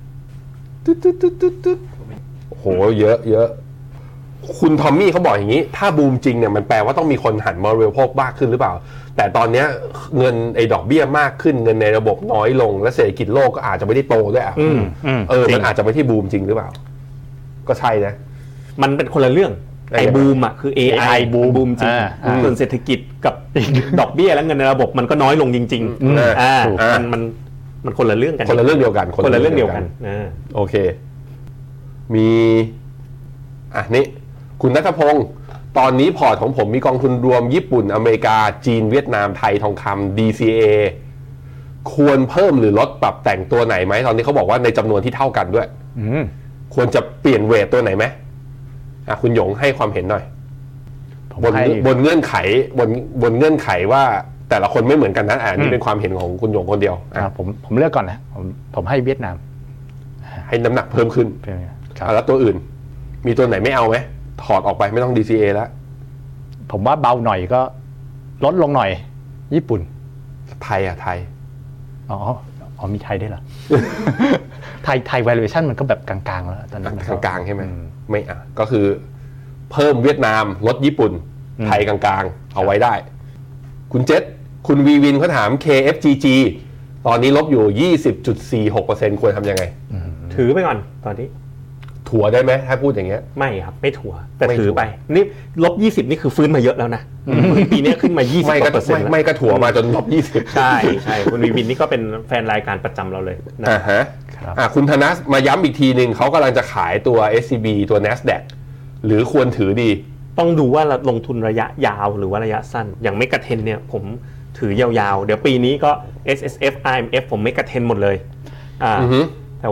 ตึ๊ดๆๆๆโอ้โหเยอะเยอะคุณทอมมี่เขาบอกอย่างนี้ถ้าบูมจริงเนี่ยมันแปลว่าต้องมีคนหันมาบริโภคมากขึ้นหรือเปล่าแต่ตอนนี้เงินไอ้ดอกเบี้ยมากขึ้นเงินในระบบน้อยลงและเศรษฐกิจโลกก็อาจจะไม่ได้โตด้วยอ่ะเออมันอาจจะไม่ที่บูมจริงหรือเปล่าก็ใช่นะมันเป็นคนละเรื่องไอ้บูมอ่ะคือ เอ ไอ บูมบูมจริงส่วนเศรษฐกิจกับดอกเบี้ยและเงินในระบบมันก็น้อยลงจริงๆอ่ามันมันมันคนละเรื่องกันคนละเรื่องเดียวกันคนละเรื่องเดียวกันโอเคมีอ่ะนี่คุณณัฐพงศ์ตอนนี้พอร์ตของผมมีกองทุนรวมญี่ปุ่นอเมริกาจีนเวียดนามไทยทองคำ ดี ซี เอ ควรเพิ่มหรือลดปรับแต่งตัวไหนไหมตอนนี้เขาบอกว่าในจำนวนที่เท่ากันด้วยควรจะเปลี่ยนเวทตัวไหนไหมอ่ะคุณหยงให้ความเห็นหน่อยบนบนเงื่อนไขบนบนเงื่อนไขว่าแต่ละคนไม่เหมือนกันนะอ่านี่เป็นความเห็นของคุณหยงคนเดียวอ่ะผมผมเลือกก่อนนะผมผมให้เวียดนามให้น้ำหนักเพิ่มขึ้นแล้วตัวอื่นมีตัวไหนไม่เอาไหมถอดออกไปไม่ต้อง ดี ซี เอ แล้วผมว่าเบาหน่อยก็ลดลงหน่อยญี่ปุ่นไทยอ่ะไทยอ๋ออ๋อมีไทยด้วยเหรอ ไทยไทย valuation มันก็แบบกลางๆแล้วตอนนี้กลางๆใช่ไหมไม่อ่ะก็คือเพิ่มเวียดนามลดญี่ปุ่นไทยกลางๆเอาไว้ได้คุณเจษคุณวีวินเขาถาม เค เอฟ จี จี ตอนนี้ลบอยู่ ยี่สิบจุดสี่หกเปอร์เซ็นต์ ควรทำยังไงถือไปก่อนตอนนี้ถั่วได้ไหมถ้าพูดอย่างเงี้ยไม่ครับไม่ถั่วแต่ถือไปนี่ลบยี่สิบนี่คือฟื้นมาเยอะแล้วนะปีนี้ขึ้นมายี่สิบเปอร์เซ็นต์ไม่ก็ถั่วมาจนลบยี่สิบใช่ใช่คุณวีวินนี่ก็เป็นแฟนรายการประจำเราเลยนะอ่าฮะอ่าคุณธนัสมาย้ำอีกทีนึงเขากำลังจะขายตัว เอส ซี บี ตัว NASDAQ หรือควรถือดีต้องดูว่าลงทุนระยะยาวหรือว่าระยะสั้นอย่างเมกะเทนเนี่ยผมถือยาวๆเดี๋ยวปีนี้ก็ เอส เอส เอฟ อาร์ เอ็ม เอฟ ผมเมกะเทนหมดเลยอ่าแต่ว่า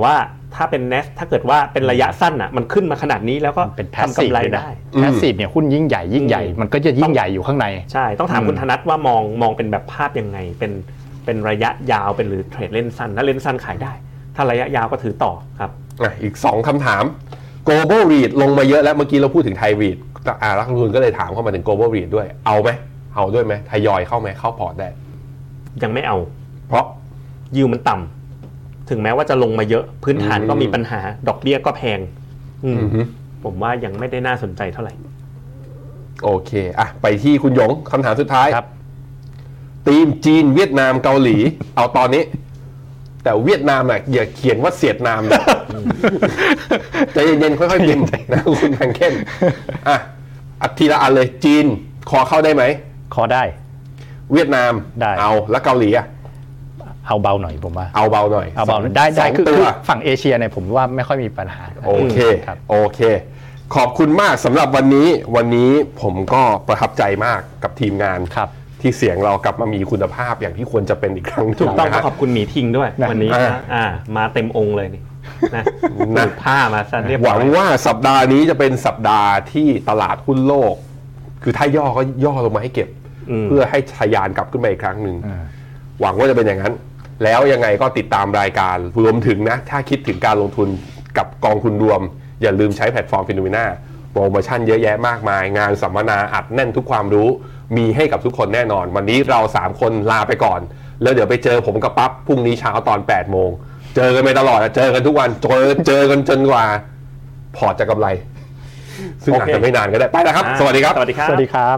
ถ้าเป็น เนส ถ้าเกิดว่าเป็นระยะสั้นอ่ะมันขึ้นมาขนาดนี้แล้วก็เป็นทำกำไรได้แพสซีฟเนี่ยหุ้นยิ่งใหญ่ยิ่งใหญ่มันก็จะยิ่งใหญ่อยู่ข้างในใช่ต้องถามคุณธนัทว่ามองมองเป็นแบบภาพยังไงเป็นเป็นระยะยาวเป็นหรือเทรดเล่นสั้นถ้าเล่นสั้นขายได้ถ้าระยะยาวก็ถือต่อครับอ่ะอีกสองคำถาม global read ลงมาเยอะแล้วเมื่อกี้เราพูดถึงไทย read อ่านักลงทุนก็เลยถามเข้ามาถึง global read ด้วยเอาไหมเอาด้วยไหมทยอยเข้าไหมเข้าพอร์ตได้ยังไม่เอาเพราะยิวมันต่ำถึงแม้ว่าจะลงมาเยอะพื้นฐานก็มีปัญหาดอกเบี้ยก็แพงผมว่ายังไม่ได้น่าสนใจเท่าไหร่โอเคอ่ะไปที่คุณหยงคำถามสุดท้ายครับทีมจีนเวียดนามเกาหลีเอาตอนนี้แต่เวียดนามอ่ะอย่าเขียนว่าเสียดนามนะใจเย็นๆค่อยๆพิมพ์นะคุณแพงเค้นอ่ะอัทีละอันเลยจีนคอเข้าได้ไหมคอได้เวียดนามได้เอาแล้วเกาหลีอ่ะเอาเบาหน่อยผมว่าเอาเบาหน่อยเอาเบาได้ได้คือฝั่งเอเชียเนี่ยผมว่าไม่ค่อยมีปัญหาโอเคโอเคขอบคุณมากสำหรับวันนี้วันนี้ผมก็ประทับใจมากกับทีมงานครับที่เสียงเรากลับมามีคุณภาพอย่างที่ควรจะเป็นอีกครั้งถูกต้องขอบคุณหมีทิงด้วยวันนี้อ่ามาเต็มองค์เลยนี่นะนะผ้ามาซะเรียบร้อยหวังว่าสัปดาห์นี้จะเป็นสัปดาห์ที่ตลาดหุ้นโลกคือถ้าย่อก็ย่อลงมาให้เก็บเพื่อให้ทะยานกลับขึ้นมาอีกครั้งหนึ่งหวังว่าจะเป็นอย่างนั้นแล้วยังไงก็ติดตามรายการรวมถึงนะถ้าคิดถึงการลงทุนกับกองทุนรวมอย่าลืมใช้แพลตฟอร์ม Phenomena โปรโมชั่นเยอะแยะมากมายงานสัมมนาอัดแน่นทุกความรู้มีให้กับทุกคนแน่นอนวันนี้เราสามคนลาไปก่อนแล้วเดี๋ยวไปเจอผมกับปั๊บพรุ่งนี้เช้าตอนแปดโมงเจอกันไปตลอดเจอกันทุกวันเจอเจอกันจนกว่าพอร์ตจะกำไรซึ่งอาจจะไม่นานก็ได้ไปแล้วครับสวัสดีครับสวัสดีครับสวัสดีครับ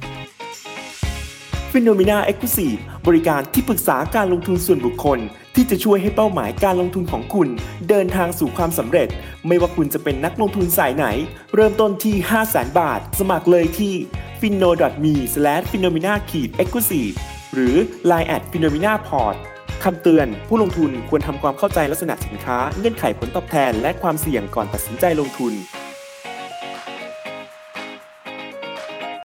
Phenomena Exclusive บริการที่ปรึกษาการลงทุนส่วนบุคคลที่จะช่วยให้เป้าหมายการลงทุนของคุณเดินทางสู่ความสำเร็จไม่ว่าคุณจะเป็นนักลงทุนสายไหนเริ่มต้นที่ ห้าแสน บาทสมัครเลยที่ ฟินโน ดอท มี สแลช ฟีโนมีนา เอ็กซ์คลูซีฟ หรือ ไลน์ แอท ฟีโนมีนาพอร์ต คำเตือนผู้ลงทุนควรทำความเข้าใจลักษณะสินค้าเงื่อนไขผลตอบแทนและความเสี่ยงก่อนตัดสินใจลงทุน